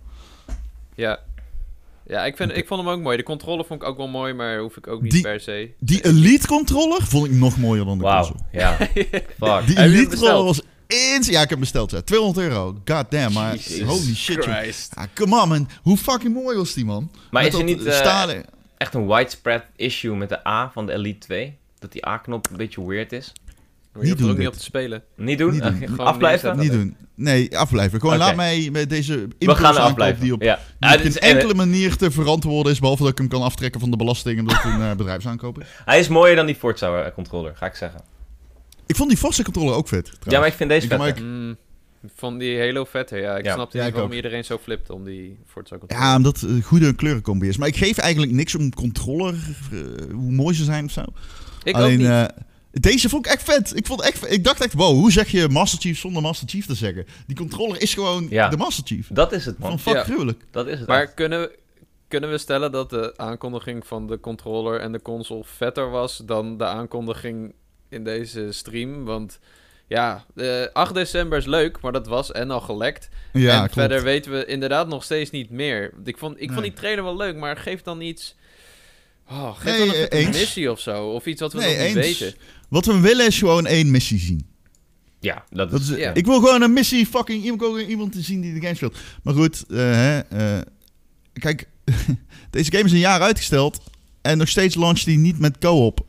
Ja. Ja, ik, vind, okay. ik vond hem ook mooi. De controller vond ik ook wel mooi, maar hoef ik ook niet die, per se. Die Elite controller vond ik nog mooier dan de wow. console. Ja, fuck. Die Elite controller was... Eens, ja, ik heb besteld, ja. tweehonderd euro. God damn, maar Jesus holy shit. Ah, come on, man. Hoe fucking mooi was die, man? Maar Met is er niet uh, echt een widespread issue met de A van de Elite twee? Dat die A-knop een beetje weird is? Maar je niet doen er ook niet op te spelen. Niet doen? Niet doen. Uh, afblijven? Niet doen. Nee, afblijven. Gewoon okay. Laat mij met deze impuls aankoop die op, ja. die op geen enkele manier te verantwoorden is, behalve dat ik hem kan aftrekken van de belasting omdat het een uh, bedrijfsaankoop is. Hij is mooier dan die Forza-controller, ga ik zeggen. Ik vond die Forza-controller ook vet. Trouwens. Ja, maar ik vind deze vet. Ik mm, vond die Halo vetter, ja. Ik ja. snapte niet ja, waarom iedereen zo flipt om die Forza-controller. Ja, omdat uh, goede kleurencombi is. Maar ik geef eigenlijk niks om controller, uh, hoe mooi ze zijn of zo. Ik Alleen, ook niet. Uh, Deze vond ik echt vet. Ik, vond echt vet. Ik dacht echt, wow, hoe zeg je Master Chief zonder Master Chief te zeggen? Die controller is gewoon ja. de Master Chief. Dat is het, man. Van fuck ja. gruwelijk. Dat is het. Maar echt. kunnen we, kunnen we stellen dat de aankondiging van de controller en de console vetter was dan de aankondiging in deze stream? Want ja, uh, acht december is leuk, maar dat was en al gelekt. Ja, en klopt. verder weten we inderdaad nog steeds niet meer. Ik vond, ik Nee. vond die trailer wel leuk, maar geef dan iets... Oh, geef Nee, dan een, eens. een missie of zo. Of iets wat we Nee, nog niet eens. weten. Wat we willen is gewoon één missie zien. Ja, dat Dat is... is, Ja. Ik wil gewoon een missie fucking... Ik wil gewoon iemand te zien die de game speelt. Maar goed, uh, hè, uh, kijk, deze game is een jaar uitgesteld en nog steeds launcht die niet met co-op.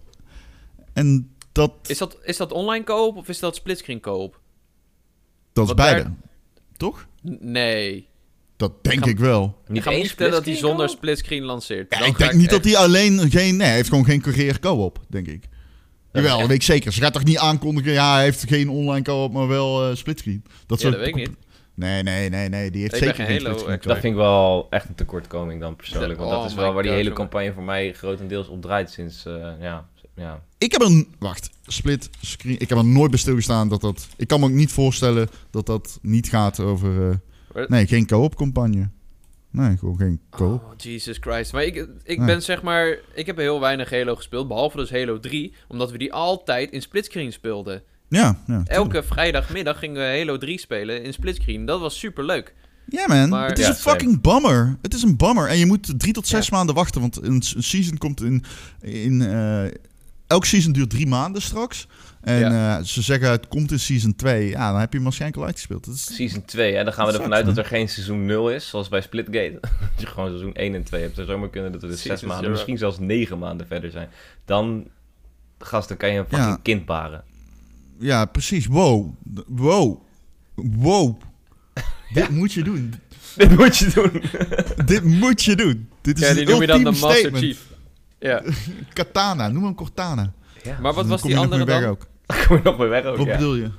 En dat... Is dat, is dat online co-op of is dat splitscreen co-op? Dat is Want beide. daar- Toch? N- Nee. Dat denk ga- ik wel. Ik ga één niet vertellen dat hij splitscreen zonder co-op? splitscreen lanceert. Ja, Dan ik ga denk niet dat echt- hij alleen geen... Nee, hij heeft gewoon geen career co-op, denk ik. Jawel, echt- dat weet ik zeker. Ze gaat toch niet aankondigen... Ja, hij heeft geen online co-op, maar wel uh, splitscreen. Dat Ja, soort- dat weet ik niet. Nee, nee, nee, nee. Die heeft Ik ben zeker geen geen Halo splitscreen expert. Dat vind ik wel echt een tekortkoming dan persoonlijk. Want Oh dat is my wel waar die God, hele jongen. campagne voor mij grotendeels op draait sinds... Uh, ja, ja. Ik heb een... Wacht. Split screen... Ik heb er nooit bij stilgestaan dat dat... Ik kan me ook niet voorstellen dat dat niet gaat over... Uh, Wat? nee, geen co-op campagne. Nee, gewoon geen co-op. Oh, Jesus Christ. Maar ik, ik Nee. ben zeg maar... Ik heb heel weinig Halo gespeeld, behalve dus Halo drie. Omdat we die altijd in splitscreen speelden. Ja, ja. Elke vrijdagmiddag gingen we Halo drie spelen in splitscreen. Dat was super leuk. Ja, man. Maar- het is Ja, een fucking bummer. Het is een bummer. En je moet drie tot zes Ja. maanden wachten. Want een s- een season komt in... in uh, elk season duurt drie maanden straks. En Ja. uh, ze zeggen het komt in season twee. Ja, dan heb je hem waarschijnlijk al uitgespeeld. Dat is... Season twee, hè? Dan gaan we Dat ervan uit sucks, dat er geen seizoen nul is, zoals bij Splitgate. Dat je gewoon seizoen één en twee hebt. Het zou zomaar kunnen dat we dus zes Season maanden, zero. misschien zelfs negen maanden verder zijn. Dan, gast, dan kan je een fucking Ja. kind baren. Ja, precies. Wow. Wow. Wow. Dit moet je doen. Dit moet je doen. Dit moet je doen. Dit is Ja, een die noem je dan de ultieme Master statement. Chief. Ja. Katana. Noem hem Cortana. Ja, Maar wat Dan was kom die je nog andere mee weg dan? ook. daar kom je nog mee weg ook, Wat ja. bedoel je?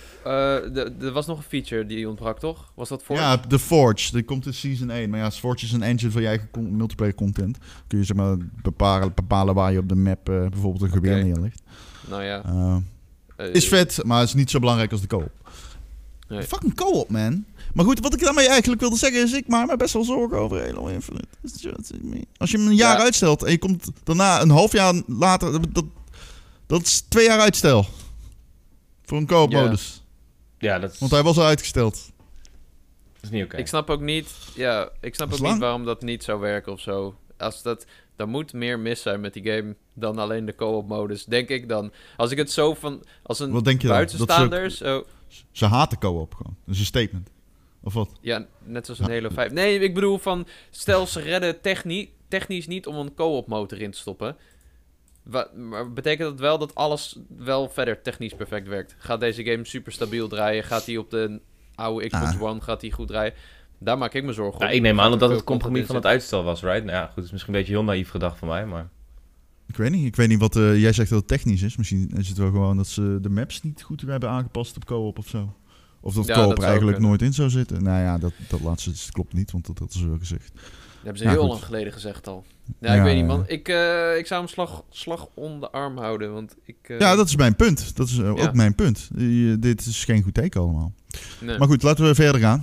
Uh, Er was nog een feature die ontbrak, toch? Was dat voor? Ja, de Forge. Die komt in season één. Maar ja, Forge is een engine voor je eigen con- multiplayer content. Kun je zeg maar bepalen, bepalen waar je op de map uh, bijvoorbeeld een geweer Oké. neerlegt. Nou ja. Uh, Uh, is vet, maar is niet zo belangrijk als de co-op. Nee. Fucking co-op, man. Maar goed, wat ik daarmee eigenlijk wilde zeggen is... Ik maak me best wel zorgen over Halo Infinite. It's just me. Als je hem een jaar Ja. uitstelt en je komt daarna een half jaar later... Dat, dat, dat is twee jaar uitstel. Voor een co-op Ja. modus. Ja, dat is, Want hij was al uitgesteld. dat is niet oké. Ik snap ook niet, ja, ik snap Dat ook is lang. niet waarom dat niet zou werken of zo. Als dat, er moet meer mis zijn met die game dan alleen de co-op modus, denk ik dan. Als ik het zo van, als een Wat denk je dan? buitenstaander, Dat ze, zo, ze haten co-op gewoon. Dat is een statement. Of wat? ja, net zoals een Ja. Halo vijf. Nee, ik bedoel van, stel ze redden techni- technisch niet om een co-op motor in te stoppen. Wa- maar betekent dat wel dat alles wel verder technisch perfect werkt? Gaat deze game super stabiel draaien? Gaat die op de oude Xbox Ah. One, gaat die goed draaien? Daar maak ik me zorgen om. Ja, ik neem aan dat dat Veel het compromis van content het uitstel was, right? Nou ja, goed, het is misschien een beetje heel naïef gedacht van mij, maar... Ik weet niet. Ik weet niet wat... Uh, jij zegt dat het technisch is. Misschien is het wel gewoon dat ze de maps niet goed hebben aangepast op co-op of zo. Of dat Ja, co-op dat er zou eigenlijk kunnen. nooit in zou zitten. Nou ja, dat, dat laatste klopt niet, want dat, dat is wel gezegd. Dat hebben ze Ja, heel goed. lang geleden gezegd al. Ja, Ja, ik weet niet, ja. man. Ik, uh, ik zou hem slag, slag om de arm houden, want ik... Uh, Ja, dat is mijn punt. Dat is uh, Ja. ook mijn punt. Uh, dit is geen goed teken allemaal. nee. Maar goed, laten we verder gaan.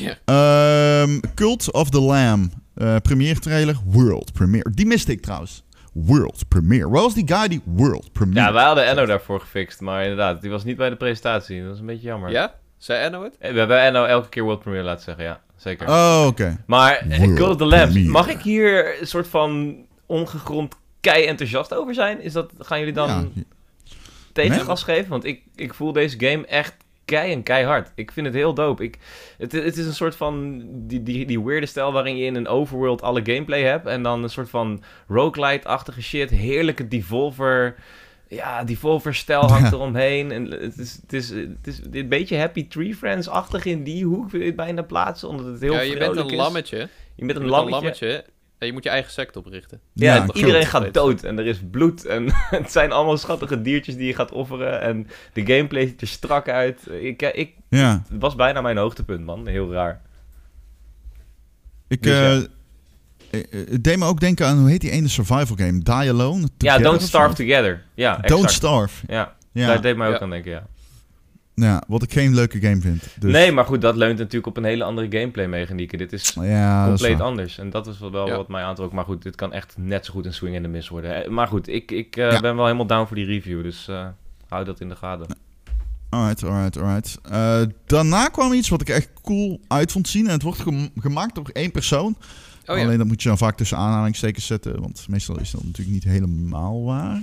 Ja. Um, Cult of the Lamb. Uh, premiere trailer. World premiere. Die miste ik trouwens. World premiere. Waar was die guy die World premiere? Ja, wij hadden Enno daarvoor gefixt, maar inderdaad, die was niet bij de presentatie. Dat is een beetje jammer. Ja? Zei Enno het? Eh, We hebben Enno elke keer World Premiere laten zeggen, ja. Zeker. Oh, oké. Okay. Maar eh, World Cult of the Lamb, Premiere. mag ik hier een soort van ongegrond kei-enthousiast over zijn? Is dat, gaan jullie dan Ja. tegengas geven? Want ik, ik voel deze game echt kei en keihard. Ik vind het heel dope. Ik, het, het is een soort van die, die, die weirde stijl waarin je in een overworld alle gameplay hebt. En dan een soort van roguelite-achtige shit. Heerlijke Devolver... Ja, Devolver-stijl hangt Ja. eromheen. En het is, het is, het is een beetje Happy Tree Friends-achtig in die hoek wil je het bijna plaatsen. Omdat het heel Ja, je bent vrolijk een is. lammetje. Je bent Je een bent een lammetje. lammetje. En je moet je eigen sect oprichten. Ja, Ja, en klopt. iedereen gaat Weet dood en er is bloed en het zijn allemaal schattige diertjes die je gaat offeren en de gameplay ziet er strak uit. Ik, ik, Ja. het was bijna mijn hoogtepunt, man. Heel raar. Ik, Dus uh, ja. Het deed me ook denken aan, hoe heet die ene survival game? Die Alone? Ja, Don't Starve Together. Ja, exact. Don't Starve. Ja, ja. Daar deed mij ook ja. aan denken, ja. Ja, wat ik geen leuke game vind. Dus. Nee, maar goed, dat leunt natuurlijk op een hele andere gameplay-mechanieken. Dit is ja, compleet is anders. En dat is wel ja. wat mij aantrok. Maar goed, dit kan echt net zo goed een swing en een miss worden. Maar goed, ik, ik uh, ja. ben wel helemaal down voor die review. Dus uh, hou dat in de gaten. Alright, alright, alright. Uh, daarna kwam iets wat ik echt cool uit vond zien. En het wordt gem- gemaakt door één persoon. Oh, Alleen ja. dat moet je dan vaak tussen aanhalingstekens zetten. Want meestal is dat natuurlijk niet helemaal waar.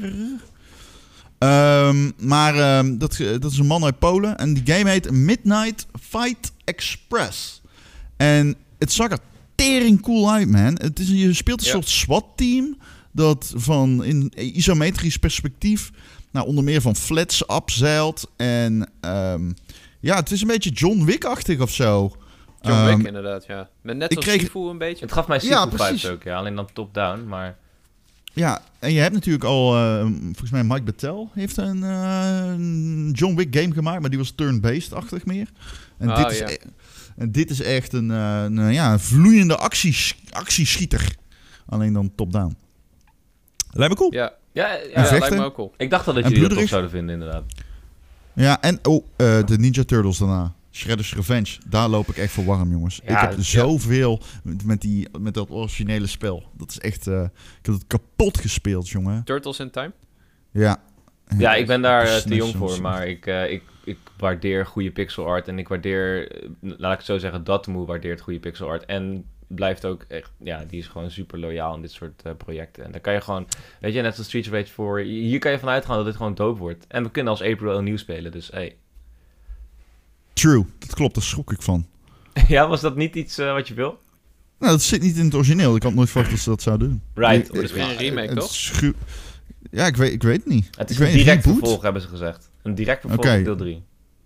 Um, maar um, dat, dat is een man uit Polen. En die game heet Midnight Fight Express. En het zag er tering cool uit, man. Het is, je speelt een ja. soort SWAT-team. Dat van in isometrisch perspectief... Nou, onder meer van flats abzeilt. En um, ja, het is een beetje John Wick-achtig of zo. John Wick, um, inderdaad, ja. Met net als kreeg... Sifu een beetje. Het gaf mij Sifu-vibes ook, ja. Alleen dan top-down, maar... Ja, en je hebt natuurlijk al... Uh, volgens mij Mike Battel heeft een, uh, een John Wick game gemaakt. Maar die was turn-based-achtig meer. En, oh, dit, is ja. e- en dit is echt een, uh, een ja, een vloeiende acties- actieschieter. Alleen dan top-down. Lijkt me cool. Ja, ja, ja, ja lijkt me ook cool. Ik dacht al dat jullie dat tof zouden vinden, inderdaad. Ja, en oh, uh, de Ninja Turtles daarna. Shredder's Revenge. Daar loop ik echt voor warm, jongens. Ja, ik heb zoveel ja. met, die, met dat originele spel. Dat is echt... Uh, ik heb het kapot gespeeld, jongen. Turtles in Time? Ja. Ja, ik ben daar uh, te jong voor, maar ik, uh, ik, ik waardeer goede pixel art. En ik waardeer, laat ik het zo zeggen, Dotemu waardeert goede pixel art. En blijft ook echt, ja, die is gewoon super loyaal in dit soort uh, projecten. En dan kan je gewoon, weet je, net als Streets of Rage vier, hier kan je vanuit gaan dat dit gewoon dope wordt. En we kunnen als April nieuw spelen, dus hey. True, dat klopt, daar schrok ik van. Ja, was dat niet iets uh, wat je wil? Nou, dat zit niet in het origineel. Ik had nooit verwacht dat ze dat zouden doen. Right. Het is geen ja, remake, het toch? Schu- ja, ik weet, ik weet het niet. Het is ik een weet direct vervolg, hebben ze gezegd. Een direct vervolg okay. op deel drie.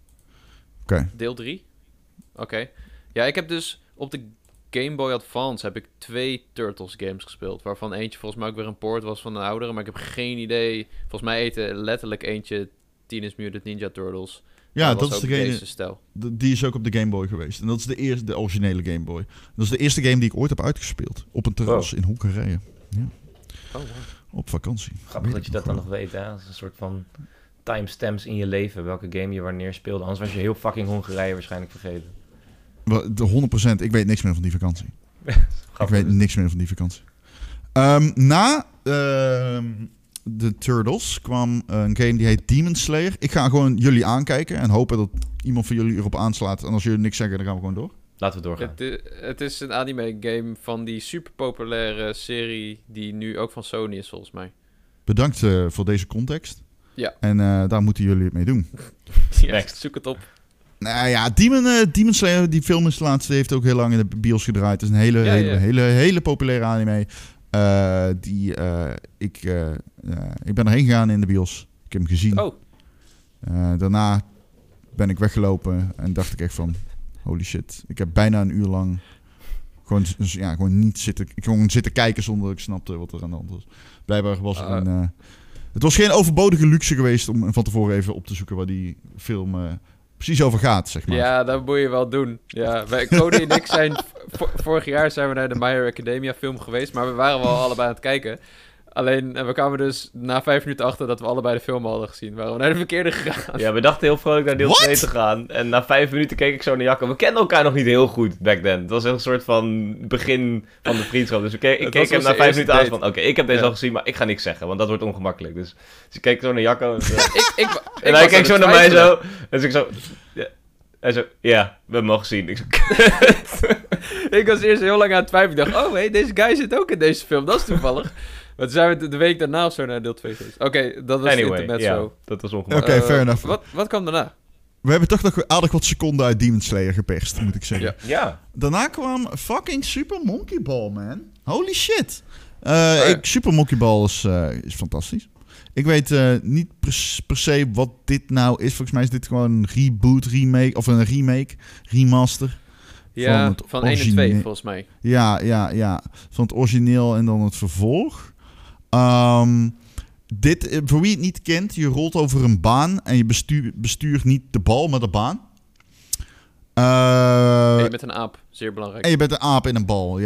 Oké. Okay. Deel drie? Oké. Okay. Ja, ik heb dus op de Game Boy Advance heb ik twee Turtles games gespeeld. Waarvan eentje volgens mij ook weer een port was van een oudere. Maar ik heb geen idee. Volgens mij eten letterlijk eentje Teenage Mutant Ninja Turtles. Ja, dat, dat is degene. De, die is ook op de Game Boy geweest. En dat is de eerste, de originele Game Boy. Dat is de eerste game die ik ooit heb uitgespeeld. Op een terras wow. in Hongarije. Ja. Oh, wow. Op vakantie. Grappig dat je dat dan nog weet, hè? Dat is een soort van timestamps in je leven. Welke game je wanneer speelde. Anders was je heel fucking Hongarije waarschijnlijk vergeten. De honderd procent. Ik weet niks meer van die vakantie. Ik weet niks meer van die vakantie. Um, na uh, de Turtles kwam uh, een game die heet Demon Slayer. Ik ga gewoon jullie aankijken en hopen dat iemand van jullie erop aanslaat. En als jullie niks zeggen, dan gaan we gewoon door. Laten we doorgaan. Het is, het is een anime game van die super populaire serie die nu ook van Sony is, volgens mij. Bedankt uh, voor deze context. Ja. En uh, daar moeten jullie het mee doen. Ja, zoek het op. Nou ja, Demon, uh, Demon Slayer, die film is de laatste, heeft ook heel lang in de bios gedraaid. Het is een hele, ja, hele, ja. hele, hele populaire anime. Uh, die, uh, ik, uh, uh, ik ben erheen gegaan in de bios. Ik heb hem gezien. Oh. Uh, daarna ben ik weggelopen en dacht ik echt van, holy shit. Ik heb bijna een uur lang gewoon, ja, gewoon niet zitten, gewoon zitten kijken zonder dat ik snapte wat er aan de hand was. Blijkbaar was er uh. een... Uh, het was geen overbodige luxe geweest om van tevoren even op te zoeken waar die film... Uh, precies over gaat, zeg maar. Ja, dat moet je wel doen. Ja, wij, Cody en ik zijn... v- vorig jaar zijn we naar de My Hero Academia film geweest, maar we waren wel allebei aan het kijken. Alleen, en we kwamen dus na vijf minuten achter dat we allebei de film hadden gezien. Waren we naar de verkeerde gegaan. Ja, we dachten heel vrolijk naar deel twee te gaan. En na vijf minuten keek ik zo naar Jacco. We kenden elkaar nog niet heel goed back then. Het was een soort van begin van de vriendschap. Dus we ke- ik keek hem na vijf minuten aan van... Oké, okay, ik heb deze ja. al gezien, maar ik ga niks zeggen. Want dat wordt ongemakkelijk. Dus, dus ik keek zo naar Jacco. En, ik, ik, ik, en hij keek zo naar mij zo. Dus ik zo... Ja. Hij zo, ja, we hebben hem al gezien. Ik, zo, ik was eerst heel lang aan het twijfelen. Ik dacht, oh hey, deze guy zit ook in deze film. Dat is toevallig. Maar toen zijn we de week daarna of zo naar deel twee geweest. Oké, okay, dat was anyway, internet ja, zo. Dat was ongemakkelijk. Oké, okay, uh, fair enough. Wat, wat kwam daarna? We hebben toch nog aardig wat seconden uit Demon Slayer geperst, moet ik zeggen. Ja. ja. Daarna kwam fucking Super Monkey Ball, man. Holy shit. Uh, oh, ja. ik, Super Monkey Ball is, uh, is fantastisch. Ik weet uh, niet per, per se wat dit nou is. Volgens mij is dit gewoon een reboot, remake, of een remake, remaster. Ja, van, van één en twee volgens mij. Ja, ja, ja. Van het origineel en dan het vervolg. Um, dit, voor wie het niet kent, je rolt over een baan en je bestuur, bestuurt niet de bal, maar de baan. Uh, en je bent een aap, zeer belangrijk. En je bent een aap in een bal, ja.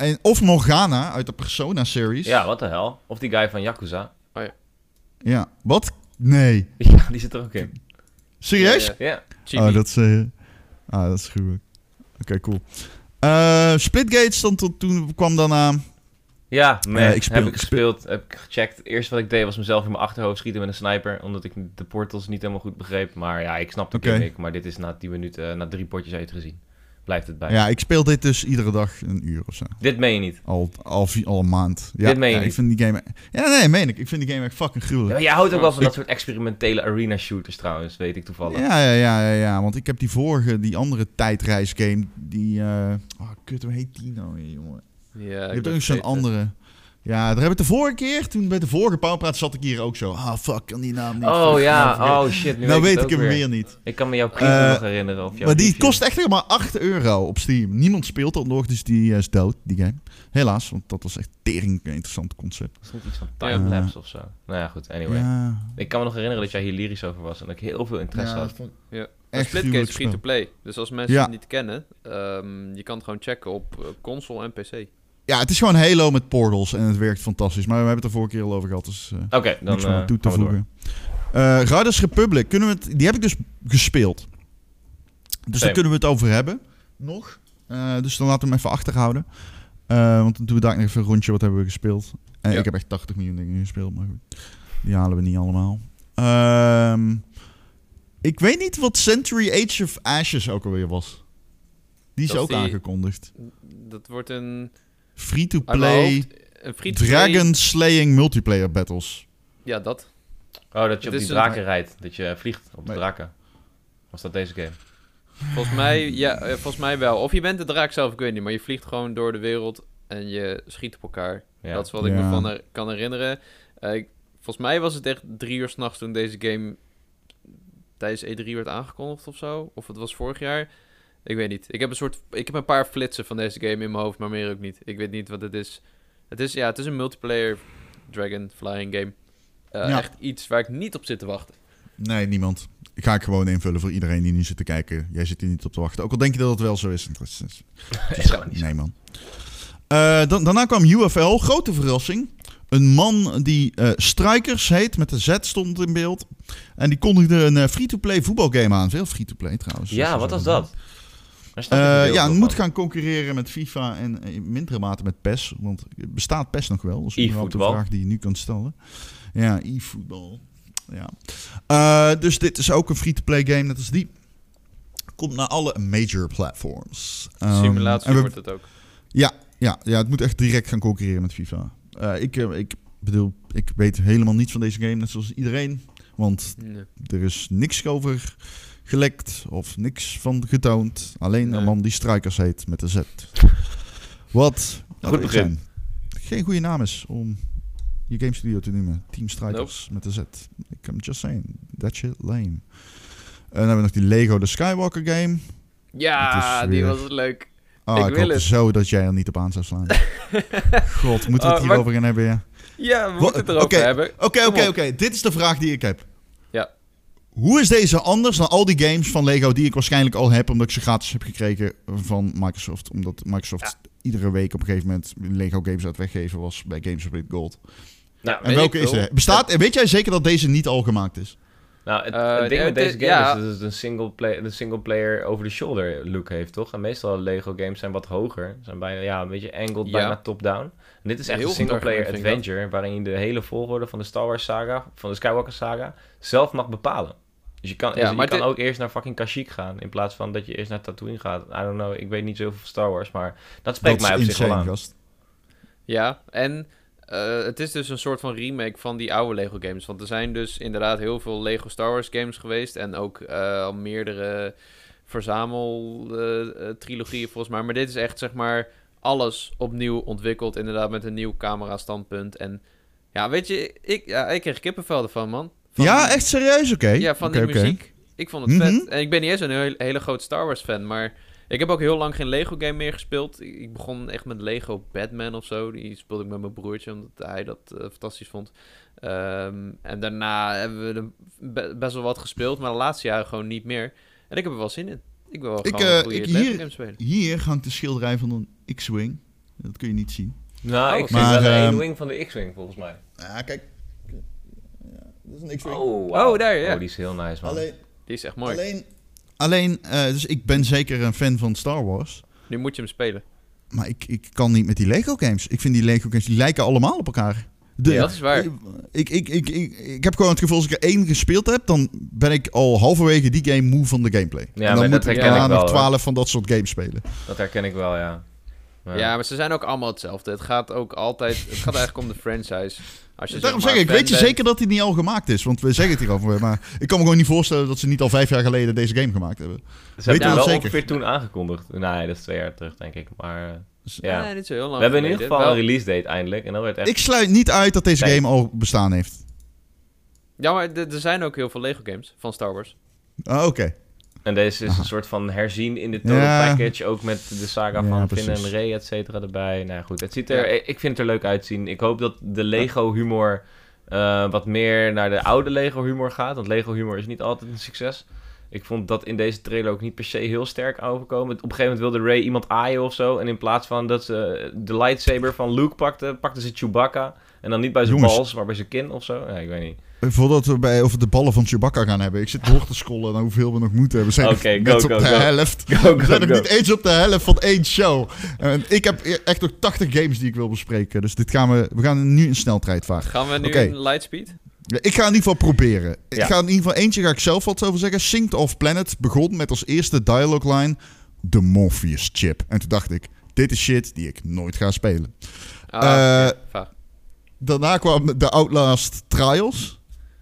en, of Morgana uit de Persona-series. Ja, wat de hel. Of die guy van Yakuza. Oh ja. Ja, wat? Nee. Ja, die zit er ook in. Serieus? Ja, Ja. ja. Oh, dat is... Uh, ah, dat is gruwelijk. Oké, okay, cool. Uh, Splitgate stond tot, toen kwam dan aan... Ja, man, uh, ik speel, heb ik gespeeld, heb ik gecheckt. Het eerste wat ik deed was mezelf in mijn achterhoofd schieten met een sniper, omdat ik de portals niet helemaal goed begreep. Maar ja, ik snap de okay. gimmick, maar dit is na tien minuten, uh, na drie potjes uit gezien. Blijft het bij. Ja, ik speel dit dus iedere dag een uur of zo. Dit meen je niet? Al, al, al een maand. Ja, dit meen je ja, niet? Ik vind die game... Ja, nee, meen ik. Ik vind die game echt fucking gruwelijk. Ja, jij houdt ook wel van dat soort experimentele arena shooters trouwens, weet ik toevallig. Ja, ja, ja, ja, ja. Want ik heb die vorige, die andere tijdreisgame, die... Uh... Oh, kut, hoe heet die nou weer, jongen? Ja, je hebt ook zo'n andere... Ja, daar heb ik de vorige keer, toen bij de vorige Powerpraat zat ik hier ook zo. Ah, fuck, kan die naam niet. Oh ja, nou, oh shit. Nu nou weet ik, ik hem weer. weer niet. Ik kan me jouw brief uh, nog herinneren. Of jouw maar die briefje. kost echt helemaal acht euro op Steam. Niemand speelt dat nog, dus die is dood, die game. Helaas, want dat was echt tering interessant concept. Dat is niet iets van timelapse uh, of zo. Nou ja, goed, anyway. Ja. Ik kan me nog herinneren dat jij hier lyrisch over was en dat ik heel veel interesse ja, had. Vond... Ja. Splitgate is free-to-play. Dus als mensen ja. het niet kennen, um, je kan het gewoon checken op uh, console en P C. Ja, het is gewoon Halo met portals en het werkt fantastisch. Maar we hebben het er vorige keer al over gehad, dus uh, Oké, okay, dan uh, toe te voegen. Uh, Riders Republic, kunnen we het, die heb ik dus gespeeld. Dus daar kunnen we het over hebben, nog. Uh, dus dan laten we hem even achterhouden. Uh, want dan doen we daar nog even een rondje, wat hebben we gespeeld. En ja. Ik heb echt tachtig miljoen dingen gespeeld, maar goed. Die halen we niet allemaal. Uh, ik weet niet wat Century Age of Ashes ook alweer was. Die is dat ook die, aangekondigd. Dat wordt een... Free-to-play, free Dragon Slaying multiplayer battles. Ja, dat. Oh, dat je het op die draken een... rijdt. Dat je vliegt op de draken. Was dat deze game? Volgens mij, ja, volgens mij wel. Of je bent de draak zelf, ik weet niet. Maar je vliegt gewoon door de wereld en je schiet op elkaar. Ja. Dat is wat ik ja. me van er, kan herinneren. Uh, ik, volgens mij was het echt drie uur 's nachts toen deze game tijdens E drie werd aangekondigd of zo. Of het was vorig jaar. Ik weet niet. Ik heb een soort, ik heb een paar flitsen van deze game in mijn hoofd, maar meer ook niet. Ik weet niet wat het is. Het is, ja, het is een multiplayer Dragon Flying game. Uh, ja. Echt iets waar ik niet op zit te wachten. Nee, niemand. Ik ga ik gewoon invullen voor iedereen die nu zit te kijken. Jij zit hier niet op te wachten. Ook al denk je dat het wel zo is. Het is, het is, het is gewoon niet zo. Nee, man. Uh, dan, daarna kwam U F L. Grote verrassing. Een man die uh, Strikers heet, met de Z stond in beeld. En die kondigde een uh, free-to-play voetbalgame aan. Veel free-to-play trouwens. Ja, wat was dat? Uh, ja, het moet gaan concurreren met FIFA en in mindere mate met P E S. Want bestaat P E S nog wel? Dat is überhaupt de vraag die je nu kunt stellen. Ja, e-voetbal. Ja. Uh, dus dit is ook een free-to-play game, net als die. Komt naar alle major platforms. Um, Simulatie we, wordt het ook. Ja, ja, ja, het moet echt direct gaan concurreren met FIFA. Uh, ik, uh, ik bedoel, ik weet helemaal niets van deze game, net zoals iedereen. Want nee. er is niks over gelekt of niks van getoond. Alleen nee. een man die Strikers heet met de Z. Wat goed begin. Geen goede naam is om je game studio te noemen. Team Strikers nope. met de Z. I'm just saying, that shit lame. En dan hebben we nog die Lego The Skywalker game. Ja, weer... die was leuk. Oh, ik ik wil hoop het. zo dat jij er niet op aan zou slaan. God, moeten we het oh, hierover maar... gaan hebben, ja? Ja, we moeten het erover okay. hebben. Oké, oké, oké. Dit is de vraag die ik heb. Ja. Hoe is deze anders dan al die games van Lego die ik waarschijnlijk al heb, omdat ik ze gratis heb gekregen van Microsoft? Omdat Microsoft ja. iedere week op een gegeven moment Lego games aan het weggeven was bij Games with Gold. Nou, en welke is er? Bestaat, weet jij zeker dat deze niet al gemaakt is? Nou, het, uh, het ding met deze game ja. is dat het een single, play, een single player over-the-shoulder look heeft, toch? En meestal Lego games zijn wat hoger. Zijn bijna, ja, een beetje angled, ja. bijna top-down. En dit is echt Heel een single player adventure, waarin je de hele volgorde van de Star Wars saga, van de Skywalker saga, zelf mag bepalen. Dus je kan, ja, dus je kan dit... ook eerst naar fucking Kashyyyk gaan, in plaats van dat je eerst naar Tatooine gaat. I don't know, ik weet niet zoveel van Star Wars, maar dat spreekt dat mij op zich wel aan. Gast. Ja, en... Uh, het is dus een soort van remake van die oude Lego games. Want er zijn dus inderdaad heel veel Lego Star Wars games geweest. En ook uh, al meerdere verzamel-trilogieën uh, volgens mij. Maar dit is echt zeg maar alles opnieuw ontwikkeld. Inderdaad met een nieuw camera standpunt. En ja, weet je, ik, ja, ik kreeg kippenvel ervan, man. Van ja, die, echt serieus? Oké. Okay. Ja, van okay, die muziek. Okay. Ik vond het mm-hmm. vet. En ik ben niet eens een hele, hele grote Star Wars fan, maar... Ik heb ook heel lang geen Lego game meer gespeeld. Ik begon echt met Lego Batman of zo. Die speelde ik met mijn broertje, omdat hij dat uh, fantastisch vond. Um, en daarna hebben we er be- best wel wat gespeeld, maar de laatste jaren gewoon niet meer. En ik heb er wel zin in. Ik wil wel ik, gewoon uh, een goede ik Lego hier, game spelen. Hier hangt de schilderij van een X-Wing. Dat kun je niet zien. Nou, ik zie maar, wel de um, één wing van de X-wing, volgens mij. Ja, kijk. Ja, dat is een X-wing. Oh, wow. Oh, daar, ja. Oh, die is heel nice, man. Alleen, Die is echt mooi. alleen, alleen uh, dus ik ben zeker een fan van Star Wars. Nu moet je hem spelen. Maar ik, ik kan niet met die Lego games. Ik vind die Lego games, die lijken allemaal op elkaar. De, ja, dat is waar. Ik, ik, ik, ik, ik heb gewoon het gevoel, als ik er één gespeeld heb, dan ben ik al halverwege die game moe van de gameplay. Ja, en dan maar moet dat ik herken daarna ik wel, nog hoor. twaalf van dat soort games spelen. Dat herken ik wel, ja. Ja. ja, maar ze zijn ook allemaal hetzelfde. Het gaat ook altijd... Het gaat eigenlijk om de franchise. Als je Daarom zeg zeg maar ik, weet je bent, zeker dat die niet al gemaakt is? Want we zeggen het hierover, maar ik kan me gewoon niet voorstellen dat ze niet al vijf jaar geleden deze game gemaakt hebben. Ze hebben je het dat wel zeker? ongeveer toen aangekondigd. Nee, dat is twee jaar terug, denk ik. Maar uh, ja. Nee, niet zo heel lang We hebben in geleden. ieder geval Wel- een release date eindelijk. En dat werd echt... Ik sluit niet uit dat deze Nee. game al bestaan heeft. Ja, maar d- er zijn ook heel veel Lego games van Star Wars. Ah, oké. En deze is Aha. een soort van herzien in de total Ja. package. Ook met de saga Ja, van precies. Finn en Rey, et cetera, erbij. Nou ja, goed, het ziet er, Ja. ik vind het er leuk uitzien. Ik hoop dat de Lego humor uh, wat meer naar de oude Lego humor gaat. Want Lego humor is niet altijd een succes. Ik vond dat in deze trailer ook niet per se heel sterk overkomen. Op een gegeven moment wilde Rey iemand aaien of zo. En in plaats van dat ze de lightsaber van Luke pakte, pakte ze Chewbacca. En dan niet bij zijn Jongens. bals, maar bij zijn kin of zo. Ja, ik weet niet. Voordat we bij over de ballen van Chewbacca gaan hebben. Ik zit door te scrollen naar hoeveel we nog moeten. We zijn nog Oké, net go, op go, de go. helft. Go, go, We zijn nog go. niet eens op de helft van één show. En ik heb echt nog tachtig games die ik wil bespreken. Dus dit gaan we, we gaan nu in sneltreidvaart. Gaan we nu Oké. in Lightspeed? Ja, ik ga in ieder geval proberen. Ik Ja. ga in ieder geval eentje ga ik zelf wat over zeggen. Synced of Planet begon met als eerste dialogue line de Morpheus chip. En toen dacht ik, dit is shit die ik nooit ga spelen. Ah, Eh, ja, vaag. Daarna kwam de Outlast Trials.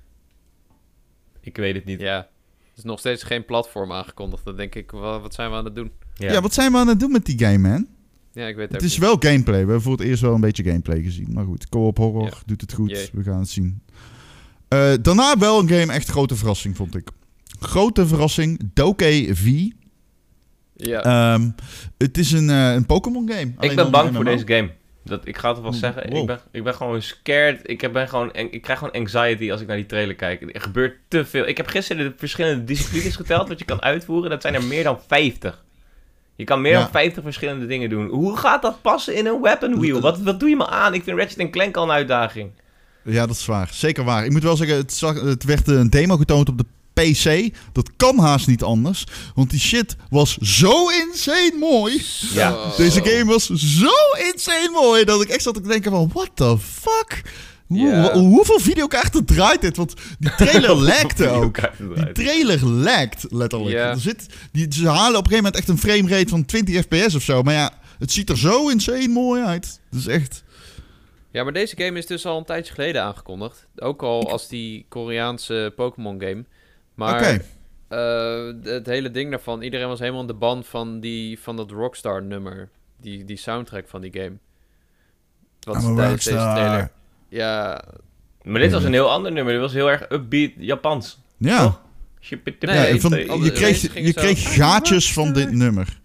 Ik weet het niet. Ja. Er is nog steeds geen platform aangekondigd. Dan denk ik, wa- wat zijn we aan het doen? Ja. wat zijn we aan het doen met die game, man? Ja, ik weet het Het ook is niet. wel gameplay. We hebben voor het eerst wel een beetje gameplay gezien. Maar goed, co-op horror Ja. doet het goed. Jee. We gaan het zien. Eh, daarna wel een game, echt grote verrassing, vond ik. Grote verrassing, Dokey V. Ja. Ehm, het is een, eh, een Pokémon game. Alleen Ik ben dan bang een voor M M O. deze game. Dat, ik ga het alvast Oeh, zeggen. wow. Ik, ben, ik ben gewoon scared. Ik, heb, ben gewoon, ik krijg gewoon anxiety als ik naar die trailer kijk. Er gebeurt te veel. Ik heb gisteren de verschillende disciplines geteld wat je kan uitvoeren. Dat zijn er meer dan vijftig. Je kan meer Ja. dan vijftig verschillende dingen doen. Hoe gaat dat passen in een weapon wheel? Wat, wat doe je me aan? Ik vind Ratchet Clank al een uitdaging. Ja, dat is waar. Zeker waar. Ik moet wel zeggen, het, zag, het werd een demo getoond op de P C. Dat kan haast niet anders. Want die shit was zo insane mooi. Ja. Zo. Deze game was zo insane mooi dat ik echt zat te denken van, what the fuck? Hoe, Ja. hoe- hoeveel videokaarten draait dit? Want die trailer lagde ook. Die trailer lagt letterlijk. Ja. Er zit, die, ze halen op een gegeven moment echt een framerate van twintig f p s of zo. Maar ja, het ziet er zo insane mooi uit. Dat is echt... Ja, maar deze game is dus al een tijdje geleden aangekondigd. Ook al als die Koreaanse Pokémon game. Maar Oké. eh, het hele ding daarvan, iedereen was helemaal in de band van, die, van dat Rockstar nummer. Die, die soundtrack van die game. Wat I'm ze a tijdens deze rockstar. trailer... Ja, Maar dit was een heel ander nummer. Dit was heel erg upbeat Japans. Ja. Toch? Nee, ja het- van, het- je ineens kreeg, ging je het zo- kreeg gaatjes van dit nummer.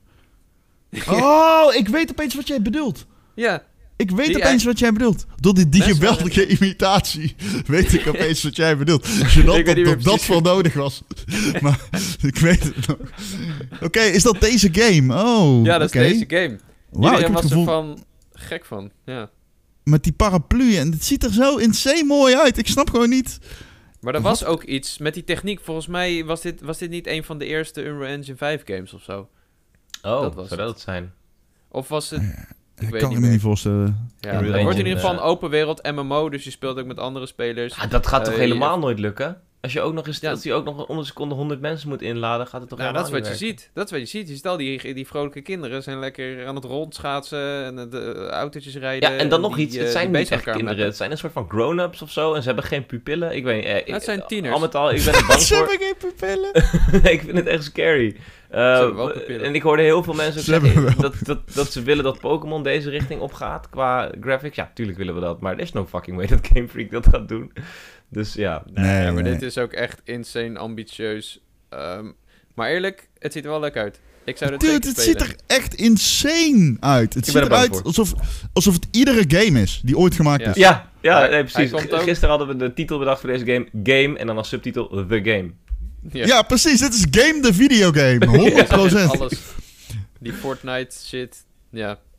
Oh, ik weet opeens wat jij bedoelt. ja, Ik weet Die- opeens wat jij bedoelt. Door die, die Best wel, geweldige imitatie weet ik opeens wat jij bedoelt. Gênant Ik weet dat niet meer dat, dat precies. voor nodig was. Maar ik weet het nog. Oké, is dat deze game? Oh, ja, dat oké. is deze game. Wauw, ik Iedereen heb was het gevoel... er van gek van, ja. Met die paraplu en het ziet er zo insane mooi uit. Ik snap gewoon niet... Maar er Wat? was ook iets met die techniek. Volgens mij was dit, was dit niet een van de eerste Unreal Engine vijf games of zo. Oh, Dat was zou dat het zijn? Of was het... Ik, weet kan niet me meer. niet voorstellen. Ja, Unreal het wordt in Engine, ieder geval een eh. open wereld M M O, dus je speelt ook met andere spelers. Ah, dat gaat toch Eh, helemaal je- nooit lukken? Als je ook nog eens, Ja. als je ook nog om een seconde honderd mensen moet inladen, gaat het toch Nou, dat is helemaal wat je niet ziet. Dat is wat je ziet. Je ziet al die, die vrolijke kinderen zijn lekker aan het rondschaatsen en de autootjes rijden. Ja, en dan nog die, iets. eh, Het zijn die niet bezig echt elkaar kinderen. mappen. Het zijn een soort van grown-ups of zo. En ze hebben geen pupillen. Ik weet niet. eh, ik- Het zijn tieners. Al met al, ik ben er bang Ze voor. hebben geen pupillen. Nee, ik vind het echt scary. Eh, hebben wel pupillen. en ik hoorde heel veel mensen ook Ze zeggen hebben wel dat, dat, dat ze willen dat Pokémon deze richting opgaat qua graphics. Ja, tuurlijk willen we dat. Maar er is no fucking way dat Game Freak dat gaat doen. Dus ja. Nee, Ja, maar nee. dit is ook echt insane ambitieus. Ehm, maar eerlijk, het ziet er wel leuk uit. Ik zou dit Dude, zeker het spelen. ziet er echt insane uit. Het Ik ziet ben er bang eruit voor. alsof, alsof het iedere game is die ooit gemaakt Ja. is. Ja, ja Hij- nee, precies. hij komt G- ook- Gisteren hadden we de titel bedacht voor deze game. Game en dan als subtitel The Game. Ja. Ja, precies. Dit is Game de videogame. honderd procent. Alles. Die Fortnite shit. Ja.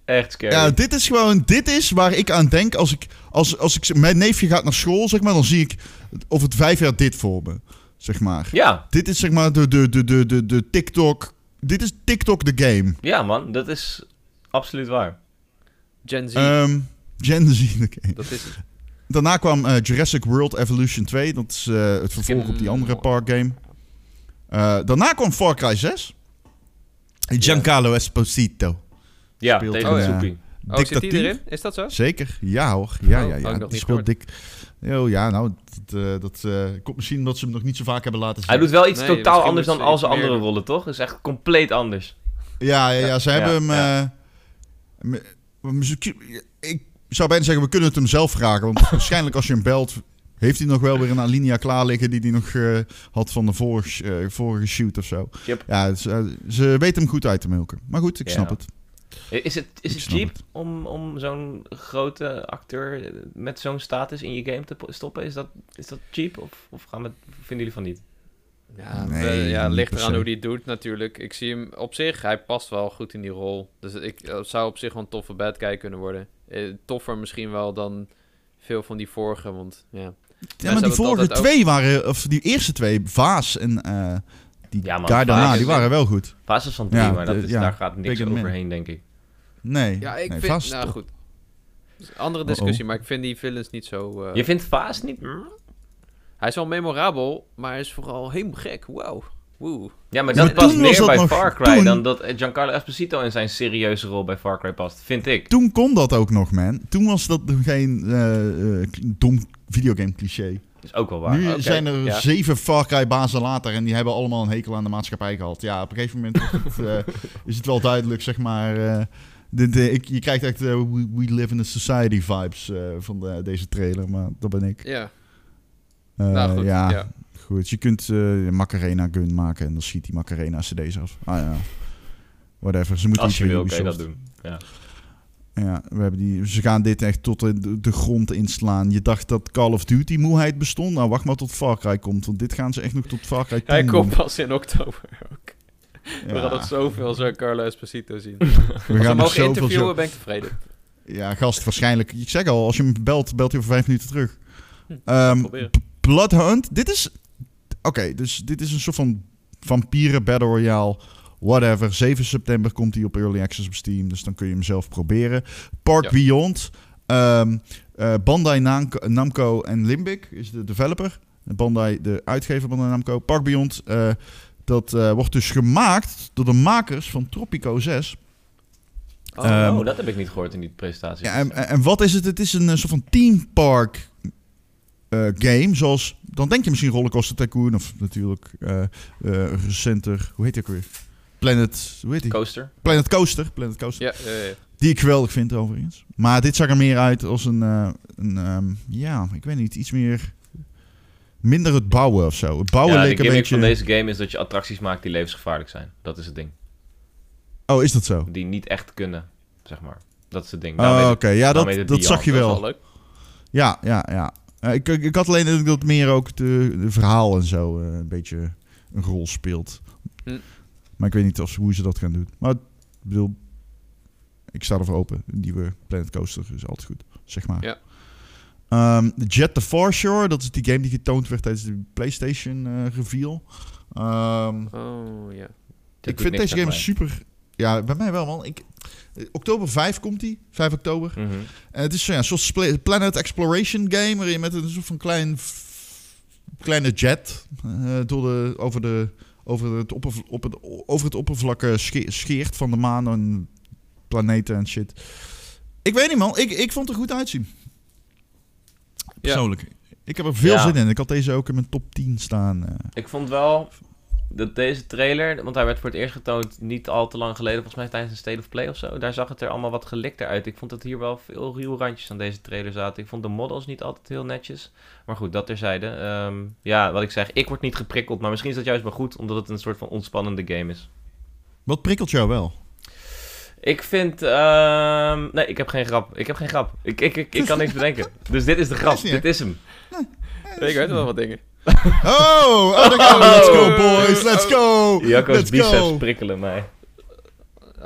Echt scary. Ja, dit is gewoon... Dit is waar ik aan denk als ik... Als, als ik mijn neefje gaat naar school, zeg maar... Dan zie ik over het vijf jaar dit voor me. Zeg maar. Ja. Dit is zeg maar de, de, de, de, de, de TikTok... Dit is TikTok de game. Ja, man. Dat is absoluut waar. Gen Z. Um, Gen Z de game. Dat is het. Daarna kwam uh, Jurassic World Evolution twee. Dat is uh, het vervolg op die andere parkgame. Uh, daarna kwam Far Cry zes. Giancarlo ja. Esposito. Ja, speelt tegen een, de uh, soepie. Oh, zit die erin? Is dat zo? Zeker, ja hoor. Ja, oh, ja, ja. Oh, die speelt speelt dik. Oh, ja, nou, dat, uh, dat uh, komt misschien omdat ze hem nog niet zo vaak hebben laten zien. Hij doet wel iets nee, totaal anders dan al zijn meer... andere rollen, toch? Het is echt compleet anders. Ja, ja, ja ze ja, hebben hem... ja. Uh, ik zou bijna zeggen, we kunnen het hem zelf vragen. Want waarschijnlijk als je hem belt... heeft hij nog wel weer een alinea klaar liggen... die hij nog uh, had van de vorige, uh, vorige shoot of zo. Yep. Ja, het, uh, ze weten hem goed uit te melken. Maar goed, ik ja. snap het. Is het, is ik het cheap het. om, om zo'n grote acteur met zo'n status in je game te stoppen? Is dat, is dat cheap of, of gaan we, vinden jullie van niet? Ja, nee, we, ja ligt eraan se. hoe hij het doet natuurlijk. Ik zie hem op zich, hij past wel goed in die rol. Dus ik uh, zou op zich wel een toffe bad guy kunnen worden. Uh, toffer misschien wel dan veel van die vorige, want ja... Ja, maar die vorige twee ook... waren, of die eerste twee, Vaas en uh, die ja, man, guy daarna, die waren wel goed. Vaas is van drie, ja, maar dat de, is, ja, daar gaat niks overheen, man. Denk ik. Nee, ja, ik nee, vind, Vaas nou goed. Andere discussie, uh-oh. Maar ik vind die villains niet zo... Uh... Je vindt Vaas niet? Hij is wel memorabel, maar hij is vooral helemaal gek. Wow. Woe. Ja, maar dat maar past meer bij nog, Far Cry toen, dan dat Giancarlo Esposito in zijn serieuze rol bij Far Cry past, vind ik. Toen kon dat ook nog, man. Toen was dat geen uh, uh, dom videogame cliché. Is ook wel waar. Nu okay, zijn er ja. zeven Far Cry bazen later en die hebben allemaal een hekel aan de maatschappij gehad. Ja, op een gegeven moment is het, uh, is het wel duidelijk, zeg maar... Uh, de, de, ik, je krijgt echt uh, we, we live in a society vibes uh, van de, deze trailer, maar dat ben ik. Ja. Uh, nou, goed, ja. ja. Goed, je kunt uh, Macarena gun maken en dan schiet die Macarena cd's af. Ah ja, whatever. Ze moeten Als je wil, kan je dat doen. Ja. Ja, we hebben die, ze gaan dit echt tot de, de grond inslaan. Je dacht dat Call of Duty moeheid bestond. Nou, wacht maar tot Far Cry komt, want dit gaan ze echt nog tot Far Cry tien Hij komt doen. pas in oktober ook. Ja. We gaan nog zoveel Giancarlo Esposito zien. We Als gaan we nog mogen zoveel interviewen, zo... ben ik tevreden. Ja, gast, waarschijnlijk. Ik zeg al, als je hem belt, belt hij over vijf minuten terug. Hm, um, Bloodhunt, dit is... Oké, okay, dus dit is een soort van vampieren Battle Royale, whatever. zeven september komt hij op Early Access op Steam, dus dan kun je hem zelf proberen. Park ja. Beyond, um, uh, Bandai Namco, Namco en Limbic is de developer. Bandai, de uitgever van de Namco. Park Beyond, uh, dat uh, wordt dus gemaakt door de makers van Tropico zes. Oh, um, oh, dat heb ik niet gehoord in die presentatie. Ja, en, en wat is het? Het is een uh, soort van theme park uh, game, zoals... Dan denk je misschien Rollercoaster Tycoon of natuurlijk uh, uh, recenter... Hoe heet die ook weer? Planet... Hoe heet die? Coaster. Planet Coaster. Planet Coaster. Ja, ja, ja. Die ik geweldig vind overigens. Maar dit zag er meer uit als een... Uh, een um, ja, ik weet niet. Iets meer... Minder het bouwen of zo. Het bouwen ja, leek een beetje... de gimmick van deze game is dat je attracties maakt die levensgevaarlijk zijn. Dat is het ding. Oh, is dat zo? Die niet echt kunnen, zeg maar. Dat is het ding. Oh, oké. Okay. Ja, dat, dat zag je wel. Dat is wel leuk. Ja, ja, ja. Uh, ik, ik had alleen dat meer ook de, de verhaal en zo uh, een beetje een rol speelt. Hm. Maar ik weet niet of, hoe ze dat gaan doen. Maar ik bedoel, ik sta ervoor open. Een nieuwe Planet Coaster is altijd goed, zeg maar. Ja. Um, Jet the Farshore, dat is die game die getoond werd tijdens de PlayStation uh, reveal. Um, oh, ja. Ik vind deze game super... Ja, bij mij wel, man. Ik, oktober vijf komt die. vijf oktober. Mm-hmm. En het is ja, een soort Planet Exploration game... waarin je met een soort van klein, kleine jet... Uh, door de, over, de, over, het opperv- op het, over het oppervlak uh, sche- scheert van de maan... en planeten en shit. Ik weet niet, man. Ik, ik vond het er goed uitzien. Persoonlijk. Ja. Ik heb er veel ja. zin in. Ik had deze ook in mijn top tien staan. Uh. Ik vond wel... dat deze trailer, want hij werd voor het eerst getoond niet al te lang geleden, volgens mij tijdens een State of Play of zo. Daar zag het er allemaal wat gelikter uit. Ik vond dat hier wel veel ruwe randjes aan deze trailer zaten. Ik vond de models niet altijd heel netjes. Maar goed, dat terzijde. Um, ja, wat ik zeg, ik word niet geprikkeld, maar misschien is dat juist wel goed, omdat het een soort van ontspannende game is. Wat prikkelt jou wel? Ik vind... Um, nee, ik heb geen grap. Ik heb geen grap. Ik, ik, ik, ik kan niks bedenken. Dus dit is de grap. Dit is hem. Nee, ik weet wel wat dingen. Oh, oh, go. Let's go, boys. Let's go. Jacco's biceps prikkelen mij. Oh,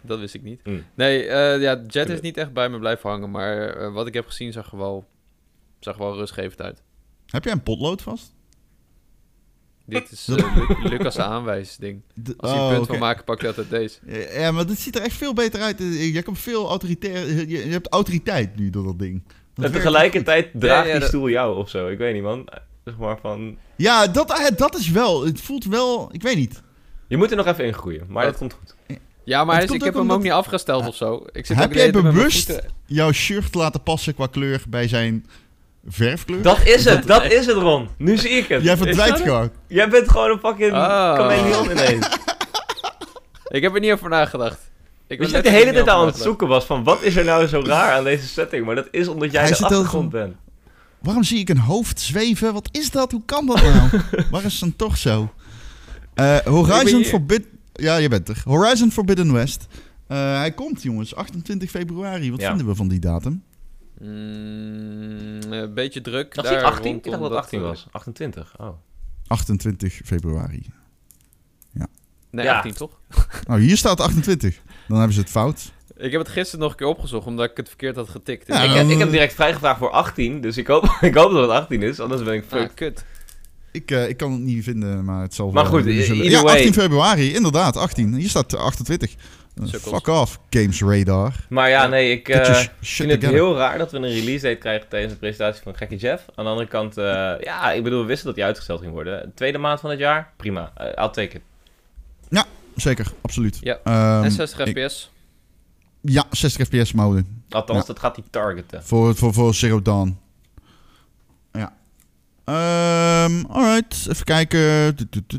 Dat wist ik niet. Mm. Nee, uh, ja, Jet is niet echt bij me blijven hangen. Maar uh, wat ik heb gezien zag er wel, zag er wel rustgevend uit. Heb jij een potlood vast? Dit is uh, Lu- Lucas' aanwijsding. Als hij een oh, punt okay. van maken, pak je altijd deze. Ja, maar dit ziet er echt veel beter uit. Je hebt veel autoritair... Je, je hebt autoriteit nu door dat ding. Dat en tegelijkertijd draagt ja, ja, die dat... stoel jou of zo. Ik weet niet, man. Zeg maar van... Ja, dat, dat is wel... Het voelt wel... Ik weet niet. Je moet er nog even in groeien, maar dat, dat komt goed. Ja, maar is, ik heb hem omdat... ook niet afgesteld uh, of zo. Ik zit heb jij bewust jouw shirt laten passen qua kleur bij zijn... verfkleur? Dat is het, dat is het, Ron. Nu zie ik het. Jij verdwijnt gewoon. Jij bent gewoon een fucking oh. chameleon ineens. Ik heb er niet over nagedacht. Ik ben de hele tijd aan het zoeken was van wat is er nou zo raar aan deze setting? Maar dat is omdat jij Hij de achtergrond bent. Waarom zie ik een hoofd zweven? Wat is dat? Hoe kan dat nou? Waar is het dan toch zo? Uh, Horizon Forbidden... Ja, je bent er. Horizon Forbidden West. Uh, hij komt, jongens. achtentwintig februari. Wat ja. vinden we van die datum? Mm, een beetje druk. Was het achttien? Ik dacht dat het achttien was. achtentwintig, oh. achtentwintig februari. Ja. Nee, ja. achttien toch? Nou, hier staat achtentwintig. Dan hebben ze het fout. Ik heb het gisteren nog een keer opgezocht, omdat ik het verkeerd had getikt. Ja, ik, heb, ik heb direct vrijgevraagd voor achttien, dus ik hoop, ik hoop dat het achttien is, anders ben ik fucked. Ah, kut. Ik, uh, ik kan het niet vinden, maar het zal maar wel... Maar goed, zullen... Ja, achttien februari, inderdaad, achttien. Hier staat achtentwintig. Uh, fuck off, Games Radar. Maar ja, nee, ik uh, sh- vind het heel raar dat we een release date krijgen tijdens de presentatie van Gekke Jeff. Aan de andere kant, uh, ja, ik bedoel, we wisten dat die uitgesteld ging worden. Tweede maand van het jaar, prima. Uh, I'll take it. Ja, zeker, absoluut. Ja, um, en zestig F P S. Ik... Ja, zestig F P S mode. Althans, ja. dat gaat hij targeten. Voor, voor, voor Zero Dawn. Ja. Um, alright, even kijken.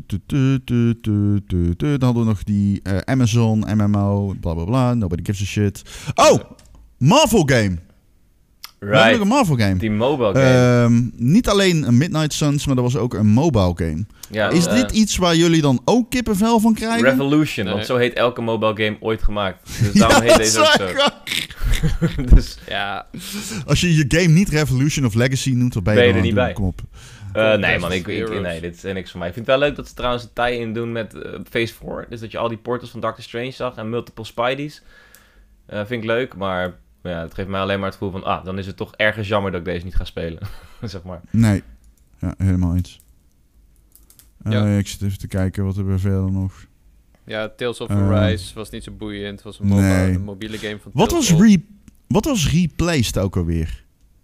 Dan hadden we nog die uh, Amazon, M M O, bla bla bla. Nobody gives a shit. Oh! Marvel game! Right. We hebben nog een Marvel game. Die mobile game. Um, niet alleen een Midnight Suns, maar er was ook een mobile game. Ja, is uh, dit iets waar jullie dan ook kippenvel van krijgen? Revolution, nee. Want zo heet elke mobile game ooit gemaakt. Dus daarom ja, heet deze ook zo. Dus ja. Als je je game niet Revolution of Legacy noemt, dan ben je, ben je er niet bij. Kom op. Uh, nee man, ik, ik, nee, dit is niks voor mij. Ik vind het wel leuk dat ze trouwens een tie-in doen met uh, Phase vier. Dus dat je al die portals van Doctor Strange zag en multiple Spideys. Uh, vind ik leuk, maar ja, het geeft mij alleen maar het gevoel van... Ah, dan is het toch ergens jammer dat ik deze niet ga spelen. zeg maar. Nee, ja, helemaal eens. Uh, ja. Ik zit even te kijken, wat hebben we verder nog? Ja, Tales of Arise uh, was niet zo boeiend. Het was een, mobiele, nee. een mobiele game van wat was, re- wat was Replaced ook alweer?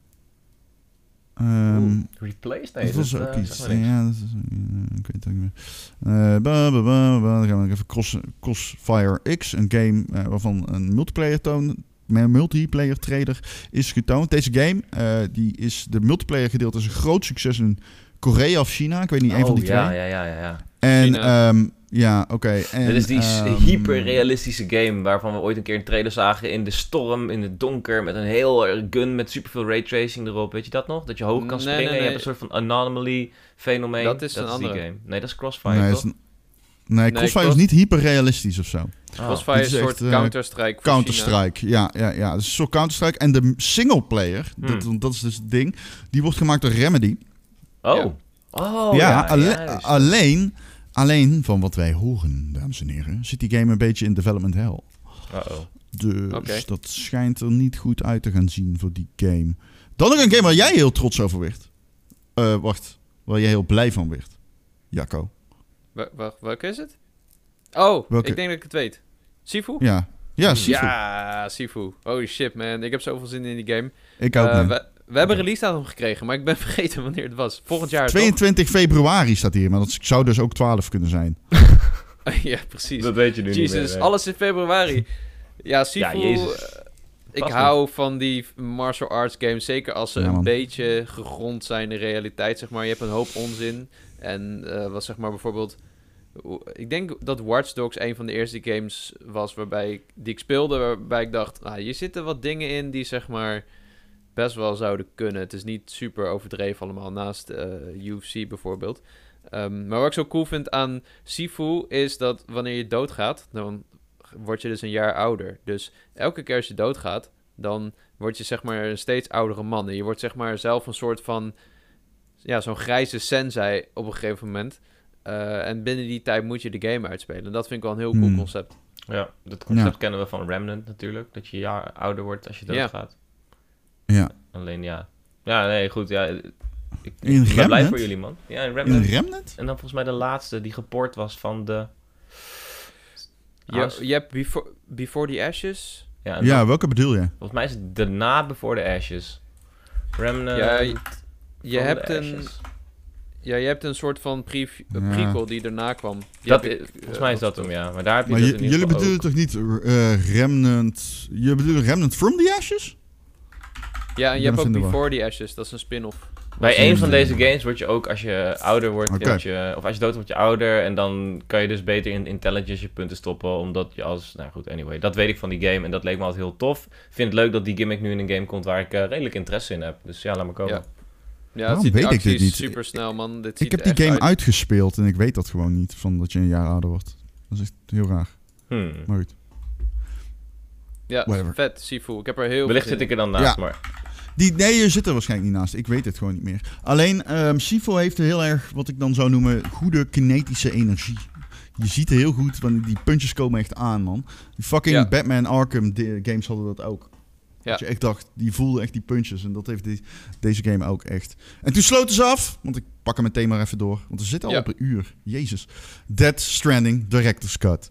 Um, Replaced? Nee, dat was dat, ook uh, iets. Ja, dat is, uh, ik weet het ook niet meer. Uh, ba, ba, ba, ba. Dan gaan we nog even Cross, Crossfire X, een game uh, waarvan een multiplayer toon, een multiplayer trailer is getoond. Deze game, uh, die is de multiplayer gedeelte is een groot succes in Korea of China. Ik weet niet, oh, een van die ja, twee. Ja, ja, ja, ja. En um, ja, oké. Okay. Dit is die um, hyperrealistische game waarvan we ooit een keer een trailer zagen in de storm, in het donker, met een heel gun met superveel raytracing erop. Weet je dat nog? Dat je hoog kan nee, springen nee, nee. en je hebt een soort van anomaly fenomeen. Dat is dat een is andere. die game. Nee, dat is Crossfire, nee, toch? Is een, nee, nee, Crossfire cross... is niet hyperrealistisch of zo. Oh. Crossfire is een soort uh, Counter-Strike. Counter-Strike, ja, ja, ja. Het is een soort Counter-Strike. En de singleplayer, hmm. dat, dat is dus het ding, die wordt gemaakt door Remedy. Oh. Ja. Oh, ja, ja, alle- ja alleen, alleen van wat wij horen, dames en heren, zit die game een beetje in development hell. Uh-oh. Dus okay. dat schijnt er niet goed uit te gaan zien voor die game. Dan nog een game waar jij heel trots over werd. Uh, wacht, waar jij heel blij van werd. Jacco. W- wacht, welke is het? Oh, welke? ik denk dat ik het weet. Sifu? Ja, ja, Sifu. Ja, Sifu. Holy shit, man. Ik heb zoveel zin in die game. Ik ook, uh, we, we hebben release datum gekregen, maar ik ben vergeten wanneer het was. Volgend jaar, tweeëntwintig februari staat hier, maar dat zou dus ook twaalf kunnen zijn. ja, precies. Dat weet je nu Jesus, niet meer. Nee. alles in februari. Ja, Sifu... Ja, Jezus. Uh, ik hou van die martial arts games, zeker als ze ja, een man. beetje gegrond zijn in realiteit, zeg maar. Je hebt een hoop onzin. En uh, wat zeg maar bijvoorbeeld... Ik denk dat Watch Dogs een van de eerste games was waarbij ik, die ik speelde, waarbij ik dacht, ah, hier zitten wat dingen in die zeg maar best wel zouden kunnen. Het is niet super overdreven allemaal, naast uh, U F C bijvoorbeeld. Um, maar wat ik zo cool vind aan Sifu is dat wanneer je doodgaat, dan word je dus een jaar ouder. Dus elke keer als je doodgaat, dan word je zeg maar een steeds oudere man. En je wordt zeg maar zelf een soort van, ja, zo'n grijze sensei op een gegeven moment. Uh, en binnen die tijd moet je de game uitspelen. En dat vind ik wel een heel cool hmm. concept. Ja, dat concept ja. kennen we van Remnant natuurlijk. Dat je jaar ouder wordt als je doodgaat. Ja. Alleen ja. Ja, nee, goed. Ja, ik, in ik ben blij voor jullie, man. Ja, in Remnant. In Remnant? En dan volgens mij de laatste die geport was van de... Ja, je hebt before, before the Ashes. Ja, ja dan, welke bedoel je? Volgens mij is het de na Before the Ashes. Remnant... Ja, je, je hebt een... Ja, je hebt een soort van pre- ja. prequel die erna kwam. Die dat, ik, volgens uh, mij is dat hem, ja. Maar daar heb je maar dus je, jullie bedoelen toch niet uh, Remnant... Je bedoelt Remnant from the Ashes? Ja, en je hebt ook Before the Ashes. Dat is een spin-off. Bij een van deze games word je ook, als je ouder wordt, okay. word je, of als je dood wordt, word je ouder. En dan kan je dus beter in intelligence je punten stoppen, omdat je als... Nou goed, anyway. Dat weet ik van die game en dat leek me altijd heel tof. Ik vind het leuk dat die gimmick nu in een game komt waar ik uh, redelijk interesse in heb. Dus ja, laat maar komen. Ja. Ja, waarom weet ik dit niet? Super snel, man. Dit ik heb die game uit. uitgespeeld en ik weet dat gewoon niet, van dat je een jaar ouder wordt. Dat is echt heel raar. Hmm. Maar goed. Ja, whatever. Vet, Sifu. Ik heb er heel Wellicht zit ik er dan naast, ja. maar... Die, nee, je zit er waarschijnlijk niet naast. Ik weet het gewoon niet meer. Alleen, um, Sifu heeft heel erg, wat ik dan zou noemen, goede kinetische energie. Je ziet er heel goed, want die puntjes komen echt aan, man. Die fucking ja. Batman Arkham games hadden dat ook. Ja. Dat je echt dacht, die voelde echt die puntjes. En dat heeft die, deze game ook echt. En toen sloten ze af, want ik pak hem meteen maar even door. Want we zitten al ja. op een uur. Jezus. Death Stranding Director's Cut.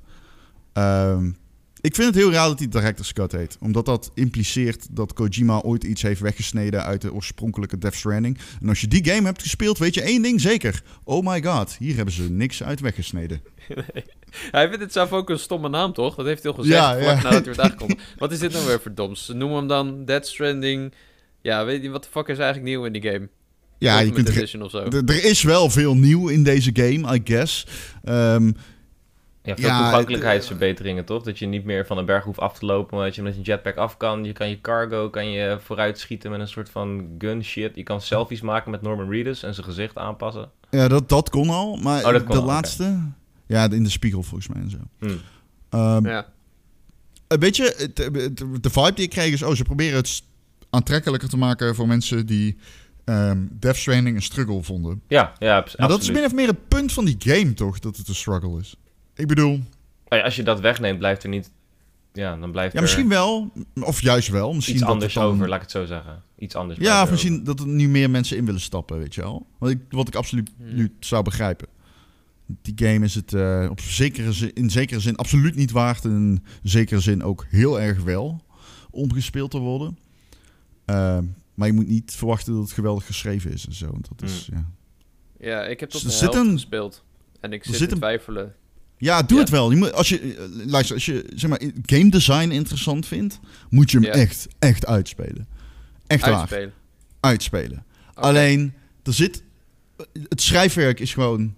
Um, ik vind het heel raar dat hij Director's Cut heet. Omdat dat impliceert dat Kojima ooit iets heeft weggesneden uit de oorspronkelijke Death Stranding. En als je die game hebt gespeeld, weet je één ding zeker. Oh my god, hier hebben ze niks uit weggesneden. Nee. Hij vindt het zelf ook een stomme naam, toch? Dat heeft hij al gezegd, ja, vlak ja. nadat hij werd aangekondigd. Wat is dit nou weer voor doms? Ze noemen hem dan Death Stranding. Ja, weet je, wat de fuck is eigenlijk nieuw in die game? Ja, je kunt Edition of zo. Er is wel veel nieuw in deze game, I guess. Um, Ja, veel ja, toegankelijkheidsverbeteringen, toch? Dat je niet meer van een berg hoeft af te lopen, omdat je met een jetpack af kan. Je kan je cargo, kan je vooruit schieten met een soort van gun shit. Je kan selfies maken met Norman Reedus en zijn gezicht aanpassen. Ja, dat, dat kon al. Maar oh, dat kon de al, laatste... Okay. Ja, in de spiegel volgens mij en zo. Hmm. Um, ja. Weet je, de vibe die ik kreeg is... Oh, ze proberen het aantrekkelijker te maken voor mensen die... Um, Death Stranding een struggle vonden. Ja, ja, absoluut. Maar dat is min of meer het punt van die game, toch? Dat het een struggle is. Ik bedoel... Als je dat wegneemt, blijft er niet... Ja, dan blijft ja, er... misschien wel. Of juist wel. Misschien iets dat anders dan... over, laat ik het zo zeggen. Iets anders. Ja, of misschien over. Dat er nu meer mensen in willen stappen, weet je wel. Wat ik, wat ik absoluut hmm. nu zou begrijpen. Die game is het uh, op zekere zin, in zekere zin absoluut niet waard. En in zekere zin ook heel erg wel om gespeeld te worden. Uh, maar je moet niet verwachten dat het geweldig geschreven is en zo. Dat is, hmm. ja. ja, ik heb tot de helft een... gespeeld. En ik zit, zit te twijfelen... Ja, doe ja. het wel. Je moet, als je, luister, als je zeg maar, game design interessant vindt, moet je hem ja. echt, echt uitspelen. Echt uitspelen. waar. Uitspelen. Okay. Alleen, er zit... Het schrijfwerk is gewoon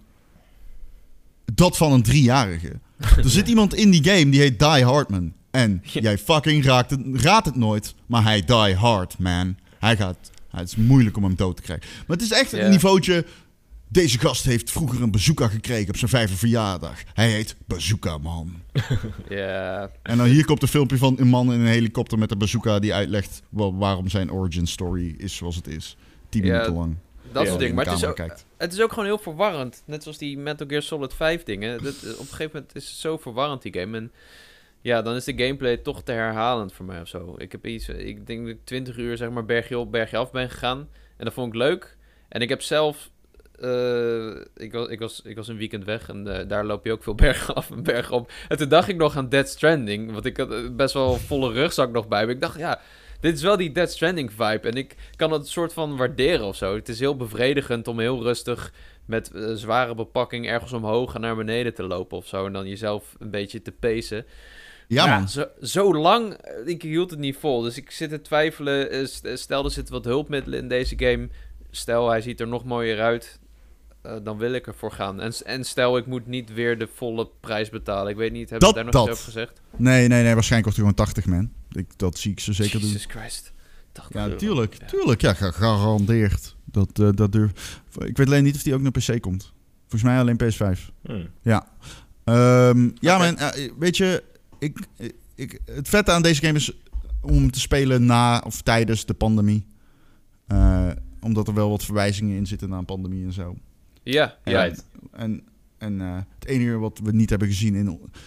dat van een driejarige. Er zit iemand in die game die heet Die Hard, man. En ja. jij fucking raakt het, raadt het nooit, maar hij die hard, man. Hij gaat... Het is moeilijk om hem dood te krijgen. Maar het is echt ja. een niveautje... Deze gast heeft vroeger een bazooka gekregen op zijn vijfde verjaardag. Hij heet Bazooka Man. Ja. Yeah. En dan hier komt een filmpje van een man in een helikopter met een bazooka die uitlegt wel, waarom zijn origin story is zoals het is. Tien yeah. minuten lang. Dat is het ding. Maar het is, ook, het is ook gewoon heel verwarrend. Net zoals die Metal Gear Solid vijf dingen. Dat, op een gegeven moment is het zo verwarrend die game. En ja, dan is de gameplay toch te herhalend voor mij of zo. Ik heb iets, ik denk dat ik twintig uur zeg maar bergje op, bergje af ben gegaan. En dat vond ik leuk. En ik heb zelf... Uh, ik, was, ik, was, ik was een weekend weg en uh, daar loop je ook veel bergen af en bergen op. En toen dacht ik nog aan Death Stranding, want ik had best wel een volle rugzak nog bij me. Ik dacht, ja, dit is wel die Death Stranding vibe. En ik kan het soort van waarderen of zo. Het is heel bevredigend om heel rustig met uh, zware bepakking ergens omhoog en naar beneden te lopen of zo. En dan jezelf een beetje te pacen. Ja, man. Zo, zo lang, ik hield het niet vol. Dus ik zit te twijfelen. Uh, stel, er zitten wat hulpmiddelen in deze game. Stel, hij ziet er nog mooier uit. Uh, dan wil ik ervoor gaan. En, en stel, ik moet niet weer de volle prijs betalen. Ik weet niet, hebben we daar nog iets over gezegd? Nee, nee, nee. Waarschijnlijk wordt het gewoon tachtig, man. Ik, dat zie ik ze zeker Jesus doen. Jesus Christ. tachtig Ja, euro. tuurlijk. Ja. Tuurlijk. Ja, gegarandeerd. Dat, uh, dat durf... Ik weet alleen niet of die ook naar P C komt. Volgens mij alleen P S vijf. Hmm. Ja. Um, ja, okay. man. Uh, weet je... Ik, ik, het vette aan deze game is om te spelen na of tijdens de pandemie. Uh, omdat er wel wat verwijzingen in zitten naar een pandemie en zo. Ja, en, ja. En, en uh, het enige wat we niet hebben gezien in...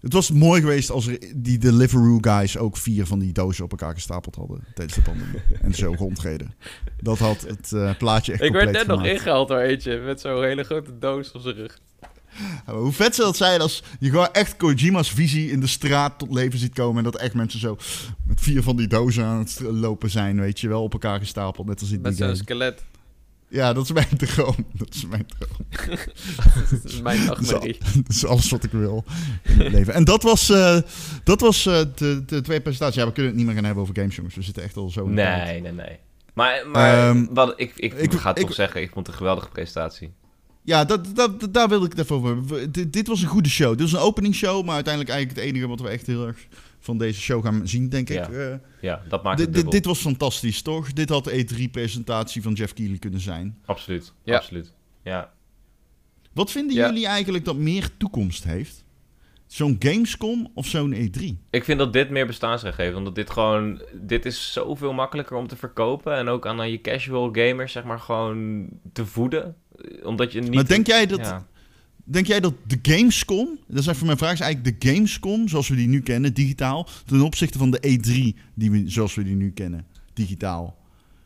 Het was mooi geweest als er die Deliveroo guys ook vier van die dozen op elkaar gestapeld hadden tijdens de pandemie. En zo rondreden. Dat had het uh, plaatje echt Ik werd net gemaakt. nog ingehaald door eentje met zo'n hele grote doos op zijn rug. Ja, hoe vet zou dat zijn als je gewoon echt Kojima's visie in de straat tot leven ziet komen. En dat echt mensen zo met vier van die dozen aan het lopen zijn, weet je wel, op elkaar gestapeld. Net als in die met zo'n game. skelet. Ja, dat is mijn droom. Dat is mijn droom. Dat is mijn nachtmerrie. Dat, dat is alles wat ik wil in het leven. En dat was, uh, dat was uh, de, de twee presentaties. Ja, we kunnen het niet meer gaan hebben over games, jongens. We zitten echt al zo in de Nee, tijd. nee, nee. Maar, maar um, wat, ik, ik, ik ga het ik, toch zeggen, ik vond het een geweldige presentatie. Ja, dat, dat, daar wilde ik het even over hebben. Dit, dit was een goede show. Dit was een openingsshow, maar uiteindelijk eigenlijk het enige wat we echt heel erg van deze show gaan zien, denk ja. ik. Uh, ja, dat maakt het dit, dit was fantastisch, toch? Dit had de E drie presentatie van Jeff Keighley kunnen zijn. Absoluut, ja. absoluut. Ja. Wat vinden ja. jullie eigenlijk dat meer toekomst heeft? Zo'n Gamescom of zo'n E drie? Ik vind dat dit meer bestaansrecht heeft. Omdat dit gewoon... Dit is zoveel makkelijker om te verkopen. En ook aan je casual gamers, zeg maar, gewoon te voeden. Omdat je niet... Maar denk jij dat... Ja. Denk jij dat de Gamescom... Dat is even mijn vraag. Is eigenlijk de Gamescom, zoals we die nu kennen, digitaal... ten opzichte van de E drie, die we, zoals we die nu kennen, digitaal.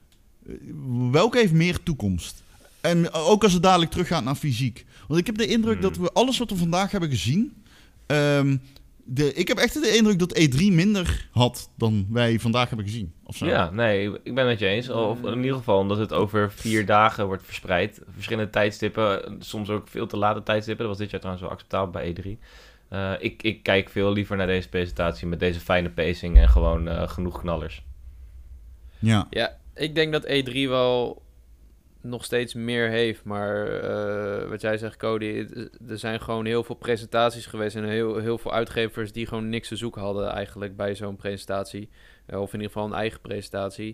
Welke heeft meer toekomst? En ook als het dadelijk teruggaat naar fysiek. Want ik heb de indruk hmm. dat we alles wat we vandaag hebben gezien... Um, de, ik heb echt de indruk dat E drie minder had dan wij vandaag hebben gezien. Of zo. Ja, nee, ik ben het met je eens. Of in ieder geval omdat het over vier dagen wordt verspreid. Verschillende tijdstippen, soms ook veel te late tijdstippen. Dat was dit jaar trouwens wel acceptabel bij E drie. Uh, ik, ik kijk veel liever naar deze presentatie met deze fijne pacing en gewoon uh, genoeg knallers. Ja. Ja, ik denk dat E drie wel nog steeds meer heeft, maar uh, wat jij zegt, Cody, er zijn gewoon heel veel presentaties geweest en heel, heel veel uitgevers die gewoon niks te zoeken hadden eigenlijk bij zo'n presentatie, uh, of in ieder geval een eigen presentatie.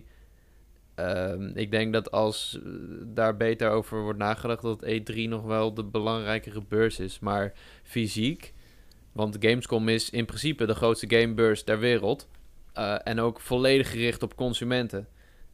Uh, ik denk dat als daar beter over wordt nagedacht, dat E drie nog wel de belangrijkere beurs is, maar fysiek, want Gamescom is in principe de grootste gamebeurs ter wereld, uh, en ook volledig gericht op consumenten.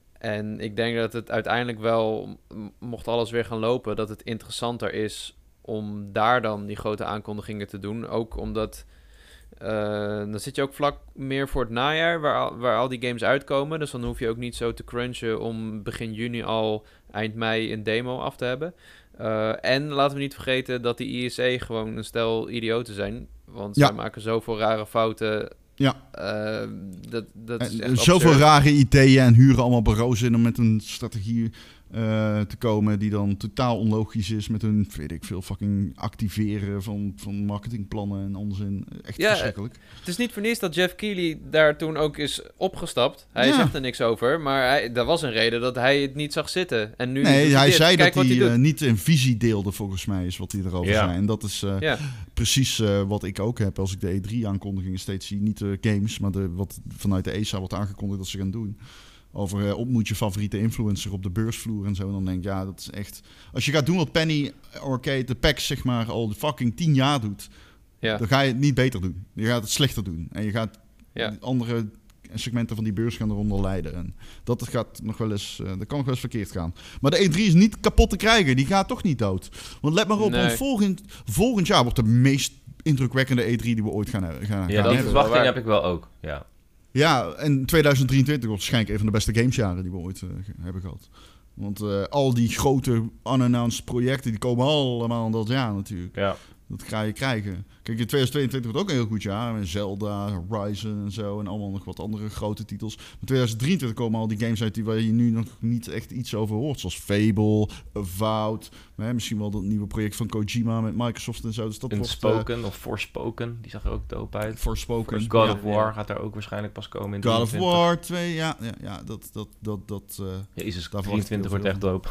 En ik denk dat het uiteindelijk wel, mocht alles weer gaan lopen, dat het interessanter is om daar dan die grote aankondigingen te doen. Ook omdat, uh, dan zit je ook vlak meer voor het najaar, waar al, waar al die games uitkomen. Dus dan hoef je ook niet zo te crunchen om begin juni al, eind mei een demo af te hebben. Uh, en laten we niet vergeten dat die I S A gewoon een stel idioten zijn. Want ja. zij maken zoveel rare fouten. Ja. Uh, dat, dat is echt zoveel absurd. rare ideeën en huren allemaal bureaus in om met een strategie uh, te komen die dan totaal onlogisch is met hun, weet ik veel, fucking activeren van, van marketingplannen en onzin. Echt ja, verschrikkelijk. Het is niet voor niets dat Jeff Keighley daar toen ook is opgestapt. Hij ja. zegt er niks over, maar hij, dat was een reden dat hij het niet zag zitten. En nu nee, hij dit. zei Kijk dat hij, hij uh, niet een visie deelde, volgens mij, is wat hij erover ja. zei. En dat is uh, ja. precies uh, wat ik ook heb als ik de E drie-aankondigingen steeds zie. Niet de games, maar de, wat vanuit de E S A wordt aangekondigd dat ze gaan doen. Over uh, ontmoet je favoriete influencer op de beursvloer en zo. En dan denk ik, ja, dat is echt... Als je gaat doen wat Penny Arcade, de P A X, zeg maar, al de fucking tien jaar doet... Ja. dan ga je het niet beter doen. Je gaat het slechter doen. En je gaat ja. andere segmenten van die beurs gaan eronder lijden. En dat gaat nog wel eens... Uh, dat kan nog wel eens verkeerd gaan. Maar de E drie is niet kapot te krijgen. Die gaat toch niet dood. Want let maar op, nee. want volgend, volgend jaar wordt de meest indrukwekkende E drie die we ooit gaan, gaan, ja, gaan die hebben. Die verwachting heb ik wel ook, ja. Ja, en tweeduizend drieëntwintig wordt waarschijnlijk een van de beste gamesjaren die we ooit uh, hebben gehad. Want uh, al die grote unannounced projecten, die komen allemaal in dat jaar natuurlijk. Ja. Dat ga je krijgen. Kijk, in tweeduizend tweeëntwintig wordt ook een heel goed jaar. Met Zelda, Horizon en zo. En allemaal nog wat andere grote titels. Maar tweeduizend drieëntwintig komen al die games uit die waar je nu nog niet echt iets over hoort. Zoals Fable, Avowed. Hè, misschien wel dat nieuwe project van Kojima met Microsoft en zo. Dus dat Unspoken wordt, uh, of Forspoken. Die zag er ook dope uit. Forspoken. God ja. of War ja. gaat er ook waarschijnlijk pas komen in God drieëntwintig. of War twee, ja. Ja, ja dat... dat, dat, dat uh, Jezus, drieëntwintig wordt echt dope.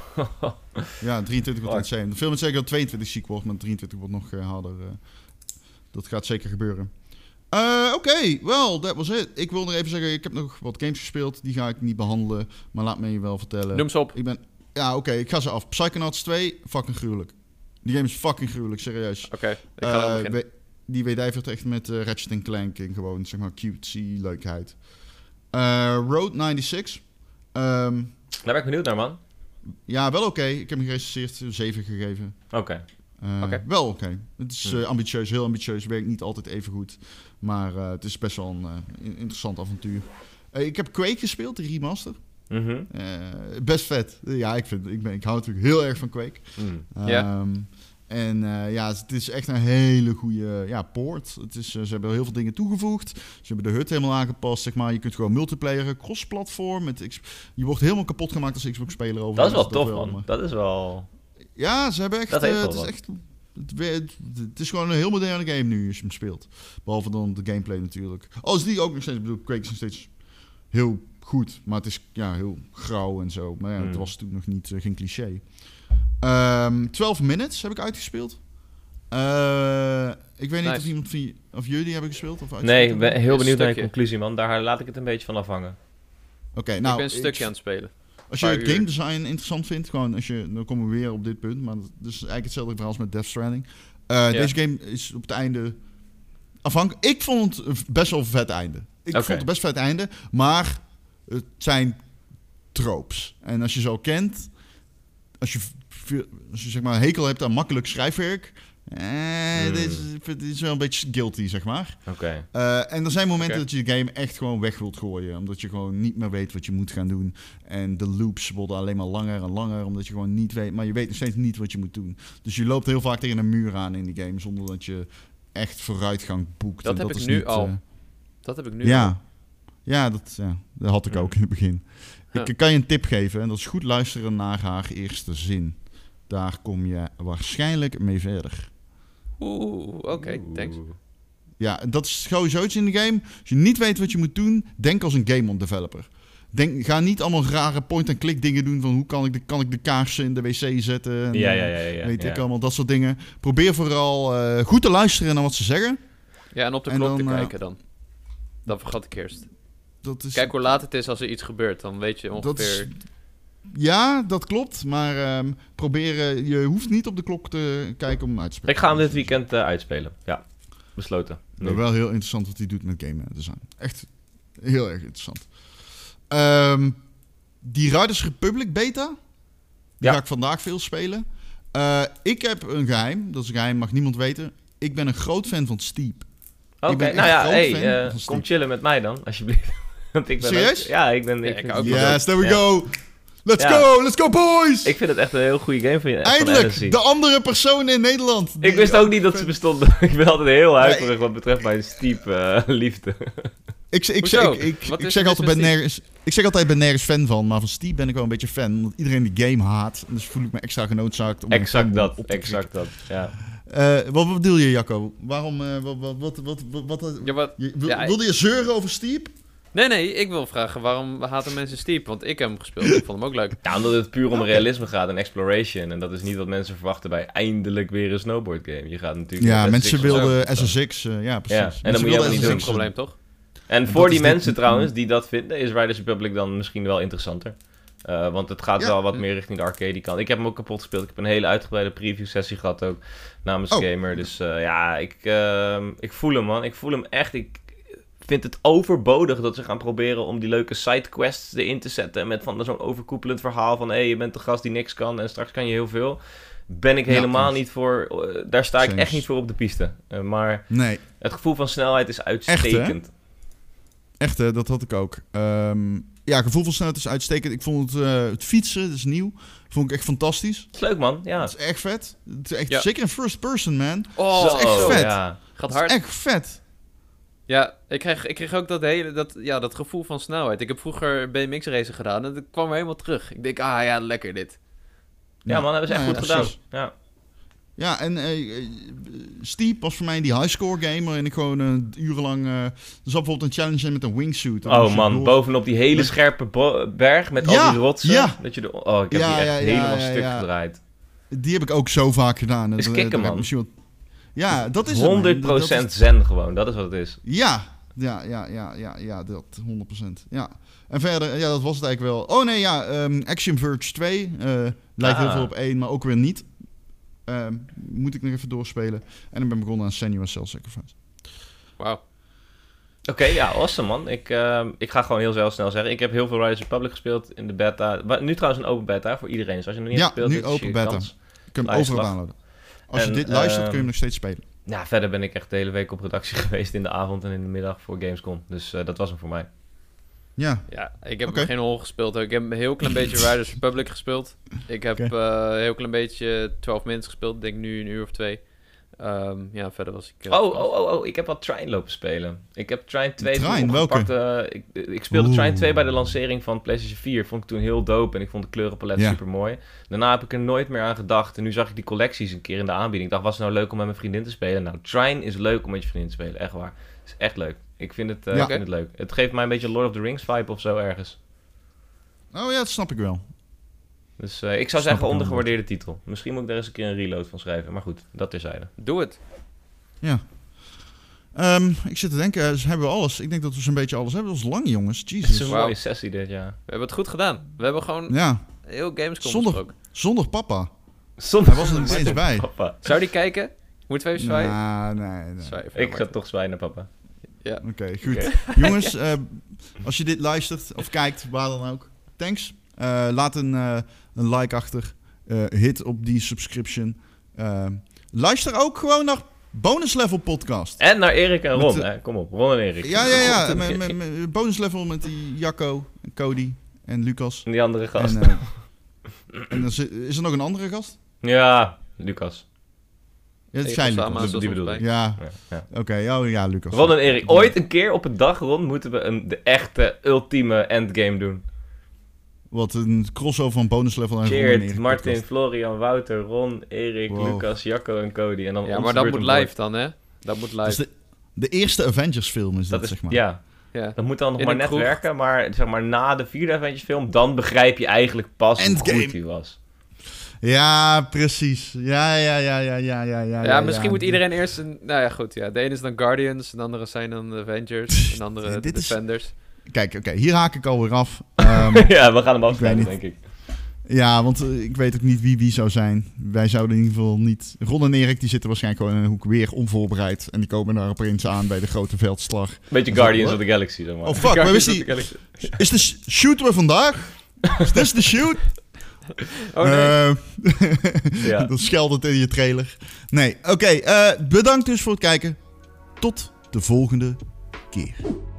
Ja, drieëntwintig wordt insane. De film is zeker dat tweeëntwintig ziek wordt, maar drieëntwintig wordt nog uh, harder. Uh, dat gaat zeker gebeuren. Uh, Oké, okay, well, that was it. Ik wil nog even zeggen, ik heb nog wat games gespeeld. Die ga ik niet behandelen, maar laat me je wel vertellen. Noem ze op. Ik ben, ja, oké, okay, ik ga ze af. Psychonauts twee, fucking gruwelijk. Die game is fucking gruwelijk, serieus. Oké, okay, ik ga uh, beginnen. We, die wedijvert echt met uh, Ratchet en Clank in gewoon, zeg maar, cutesy leukheid. Uh, Road negenennegentig. Um, Daar ben ik benieuwd naar, man. Ja, wel oké. Okay. Ik heb hem gerecenseerd, zeven gegeven. Oké. Okay. Uh, okay. Wel oké. Okay. Het is uh, ambitieus, heel ambitieus. Werkt niet altijd even goed. Maar uh, het is best wel een uh, interessant avontuur. Uh, ik heb Quake gespeeld, de remaster. Mm-hmm. Uh, best vet. Ja, ik, vind, ik, ben, ik hou natuurlijk heel erg van Quake. Mm. Um, yeah. En uh, ja, het is echt een hele goede ja, poort. Het is, uh, ze hebben heel veel dingen toegevoegd. Ze hebben de hut helemaal aangepast, zeg maar. Je kunt gewoon multiplayeren, cross-platform. Met X- je wordt helemaal kapot gemaakt als Xbox-speler over. Dat is wel dus tof, dat man. wel, maar... Dat is wel... Ja, ze hebben echt... Dat Uh, het, is echt het, het, het is gewoon een heel moderne game nu als je hem speelt. Behalve dan de gameplay natuurlijk. Als die ook nog steeds... Ik bedoel, Quake is nog steeds heel goed. Maar het is ja, heel grauw en zo. Maar ja, mm. het was toen nog niet, uh, geen cliché. Um, twaalf minutes heb ik uitgespeeld. Uh, ik weet niet nice. of iemand van of jullie hebben gespeeld. Of nee, ik ben heel benieuwd naar je conclusie, man. Daar laat ik het een beetje van afhangen. Oké, okay, nou... Ik ben een stukje ik, aan het spelen. Als je het game design interessant vindt, gewoon als je... Dan komen we weer op dit punt, maar het is eigenlijk hetzelfde verhaal als met Death Stranding. Uh, ja. Deze game is op het einde... Afhankelijk... Ik vond het best wel een vet einde. Ik okay. vond het best vet einde, maar het zijn tropes. En als je zo kent... Als je, als je zeg maar een hekel hebt aan makkelijk schrijfwerk... Eh, mm. dit, is, dit is wel een beetje guilty, zeg maar. Okay. Uh, en er zijn momenten okay. dat je de game echt gewoon weg wilt gooien. Omdat je gewoon niet meer weet wat je moet gaan doen. En de loops worden alleen maar langer en langer. Omdat je gewoon niet weet... Maar je weet nog steeds niet wat je moet doen. Dus je loopt heel vaak tegen een muur aan in die game. Zonder dat je echt vooruitgang boekt. Dat en heb dat ik is nu niet, al. Uh, dat heb ik nu ja. al. Ja, dat, ja, dat had ik mm. ook in het begin. Ja. Ik kan je een tip geven. En dat is goed luisteren naar haar eerste zin. Daar kom je waarschijnlijk mee verder. Oeh, oké, okay, thanks. Ja, dat is sowieso iets in de game. Als je niet weet wat je moet doen, denk als een game developer. Denk, ga niet allemaal rare point-and-click dingen doen van hoe kan ik de, kan ik de kaarsen in de wc zetten. En, ja, ja, ja, ja. Weet ja. ik allemaal, dat soort dingen. Probeer vooral uh, goed te luisteren naar wat ze zeggen. Ja, en op de en klok dan, te uh, kijken dan. Dat vergat ik eerst. Dat is, Kijk hoe laat het is als er iets gebeurt, dan weet je ongeveer... Dat is, ja, dat klopt. Maar um, proberen, je hoeft niet op de klok te kijken om uit te spelen. Ik ga hem dit weekend uh, uitspelen. Ja, besloten. Maar wel heel interessant wat hij doet met game design. Echt heel erg interessant. Um, die Riders Republic beta, die ja. ga ik vandaag veel spelen. Uh, ik heb een geheim, dat is een geheim, mag niemand weten. Ik ben een groot fan van Steep. Oké, okay, nou ja, hey, uh, kom chillen met mij dan, alsjeblieft. Want ik ben Serieus? Ook, ja, ik ben... Ik, ja, ik ook yes, there we ja. go! Let's ja. go, let's go boys! Ik vind het echt een heel goede game van je. Eindelijk, van de andere persoon in Nederland. Ik wist ook niet dat ze bestonden. Ik ben altijd heel huiverig wat betreft mijn Steep uh, liefde. Ik, ik, ik, ik, ik, ik, zeg altijd, ben nergens, ik zeg altijd, ik ben nergens fan van, maar van Steep ben ik wel een beetje fan. Omdat iedereen die game haat, dus voel ik me extra genoodzaakt om exact dat, op te exact dat, ja. Uh, wat, wat bedoel je, Jacco? Waarom, uh, wat, wat, wat, wat, wat, wat, ja, wat je, wil, ja, wilde je zeuren over Steep? Nee, nee, ik wil vragen, waarom haten mensen Steep? Want ik heb hem gespeeld, ik vond hem ook leuk. Ja, omdat het puur om realisme gaat en exploration. En dat is niet wat mensen verwachten bij eindelijk weer een snowboard game. Je gaat natuurlijk... Ja, mensen wilden S S X, uh, ja precies. Ja, en dan moet je helemaal niet doen. Dat is een probleem, toch? En voor die mensen dit... trouwens, die dat vinden, is Riders Republic dan misschien wel interessanter. Uh, want het gaat ja. wel wat meer richting de arcade kant. Ik heb hem ook kapot gespeeld. Ik heb een hele uitgebreide preview sessie gehad ook namens oh. Gamer. Dus uh, ja, ik, uh, ik voel hem, man. Ik voel hem echt. Ik vind het overbodig dat ze gaan proberen om die leuke sidequests erin te zetten. Met van zo'n overkoepelend verhaal van hé, hey, je bent de gast die niks kan en straks kan je heel veel. Ben ik helemaal ja, niet voor... Uh, daar sta ik Sense. echt niet voor op de piste. Uh, maar nee. het gevoel van snelheid is uitstekend. Echt, hè? Echt, hè? Dat had ik ook. Um, ja, gevoel van snelheid is uitstekend. Ik vond het, uh, het fietsen, dat is nieuw. Vond ik echt fantastisch. Het is leuk, man. Ja. Het is echt vet. Het is echt, ja. Zeker in first person, man. Oh, het is echt vet. Ja. Gaat hard. Het is echt vet. Ja, ik kreeg, ik kreeg ook dat hele dat, ja, dat gevoel van snelheid. Ik heb vroeger B M X-racen gedaan en dat kwam er helemaal terug. Ik denk, ah ja, lekker dit. Ja, ja man, hebben ze echt ja, goed ja, gedaan. Ja. Ja, en uh, Steep was voor mij die highscore game waarin ik gewoon uh, urenlang... Uh, er zat bijvoorbeeld een challenge in met een wingsuit. Oh man, door... bovenop die hele scherpe bo- berg met ja, al die rotsen. Ja. Dat je de... Oh, ik heb ja, die echt ja, helemaal ja, stuk ja. gedraaid. Die heb ik ook zo vaak gedaan. Dat is dat, kicken, man. Wat... Ja, dat is honderd procent het, is... zen gewoon, dat is wat het is. Ja, ja, ja, ja, ja, ja, dat honderd procent. Ja. En verder, ja, dat was het eigenlijk wel. Oh nee, ja, um, Action Verge twee. Uh, lijkt ah. heel veel op één, maar ook weer niet. Uh, moet ik nog even doorspelen. En dan ben ik begonnen aan Senua's Cell Sacrifice. Wauw. Oké, okay, ja, awesome man. Ik, uh, ik ga gewoon heel snel zeggen. Ik heb heel veel Riders Republic gespeeld in de beta. Nu trouwens een open beta voor iedereen. Dus als je nog niet ja, hebt gespeeld, nu open beta. Kans. Je kunt hem overal downloaden. Als en, je dit luistert, uh, kun je hem nog steeds spelen. Ja, verder ben ik echt de hele week op redactie geweest in de avond en in de middag voor Gamescom. Dus uh, dat was hem voor mij. Ja. Ja, ik heb okay. geen hol gespeeld. Ik heb een heel klein beetje Riders Republic gespeeld. Ik heb okay. uh, een heel klein beetje twaalf minutes gespeeld. Ik denk nu een uur of twee. Um, ja, verder was ik... Uh, oh, oh, oh, oh, ik heb wat Trine lopen spelen. Ik heb Trine twee... Trine, welke? Uh, ik, ik speelde Oeh. Trine twee bij de lancering van PlayStation vier. Vond ik toen heel dope en ik vond de kleurenpalet ja. super mooi. Daarna heb ik er nooit meer aan gedacht. En nu zag ik die collecties een keer in de aanbieding. Ik dacht, was het nou leuk om met mijn vriendin te spelen? Nou, Trine is leuk om met je vriendin te spelen. Echt waar. Het is echt leuk. Ik vind het, uh, ja. ik vind het leuk. Het geeft mij een beetje Lord of the Rings vibe of zo ergens. Oh ja, dat snap ik wel. Dus uh, ik zou zeggen ondergewaardeerde titel. Misschien moet ik daar eens een keer een reload van schrijven. Maar goed, dat terzijde. Doe het. Ja. Um, ik zit te denken, dus hebben we alles. Ik denk dat we zo'n beetje alles hebben. Dat is lang, jongens. Jesus. Het is een wow. mooie sessie dit, ja. We hebben het goed gedaan. We hebben gewoon ja. heel Gamescom zonder, gesproken. Zonder papa. Zonder Hij was er nog eens bij. Papa. Zou die kijken? Moeten we even zwaaien? Nah, nee, nee. Zwaai ik ga toch zwaaien naar papa. Ja. Oké, okay, goed. Okay. Jongens, uh, als je dit luistert of kijkt, waar dan ook. Thanks. Uh, laat een, uh, een like achter. Uh, hit op die subscription. Uh, luister ook gewoon naar Bonus Level Podcast. En naar Erik en Ron. Met, uh, Kom op, Ron en Erik. Ja, ja, ja. Met, met, met Bonus Level met die Jacco, en Cody en Lucas. En die andere gast. En, uh, en is, is er nog een andere gast? Ja, Lucas. Ja, dat is jij, Lucas. Die, die bedoel ik. Ja, ja. ja. oké. Okay. Oh ja, Lucas. Ron en Erik. Ooit een keer op een dag, Ron, moeten we een, de echte, ultieme endgame doen. Wat, een crossover van Bonus Level en Cheert, Ron en Erik Martin, podcast. Florian, Wouter, Ron, Erik, wow. Lucas, Jacco en Cody. En dan ja, maar dat moet live dan, hè? Dat moet live. Dat is de, de eerste Avengers film is dat, dat is, zeg maar. Ja. ja. Dat moet dan nog In maar net kroeg. werken, maar zeg maar na de vierde Avengers film, dan begrijp je eigenlijk pas Endgame. hoe goed hij was. Ja, precies. Ja, ja, ja, ja, ja, ja, ja. Ja, misschien ja. moet iedereen eerst een... Nou ja, goed, ja. De ene is dan Guardians, de andere zijn dan de Avengers, en de andere de Defenders. Is... Kijk, oké, okay, hier haak ik alweer af. Um, ja, we gaan hem afsluiten, denk ik. Ja, want uh, ik weet ook niet wie wie zou zijn. Wij zouden in ieder geval niet... Ron en Erik, die zitten waarschijnlijk gewoon in een hoek weer onvoorbereid. En die komen daar opeens aan bij de grote veldslag. Beetje Guardians zo, of the Galaxy, zeg maar. Oh, fuck, waar is die? Is de shoot we vandaag? Is dit de shoot? Oh, nee. Uh, ja. Dat scheldt het in je trailer. Nee, oké. Okay, uh, bedankt dus voor het kijken. Tot de volgende keer.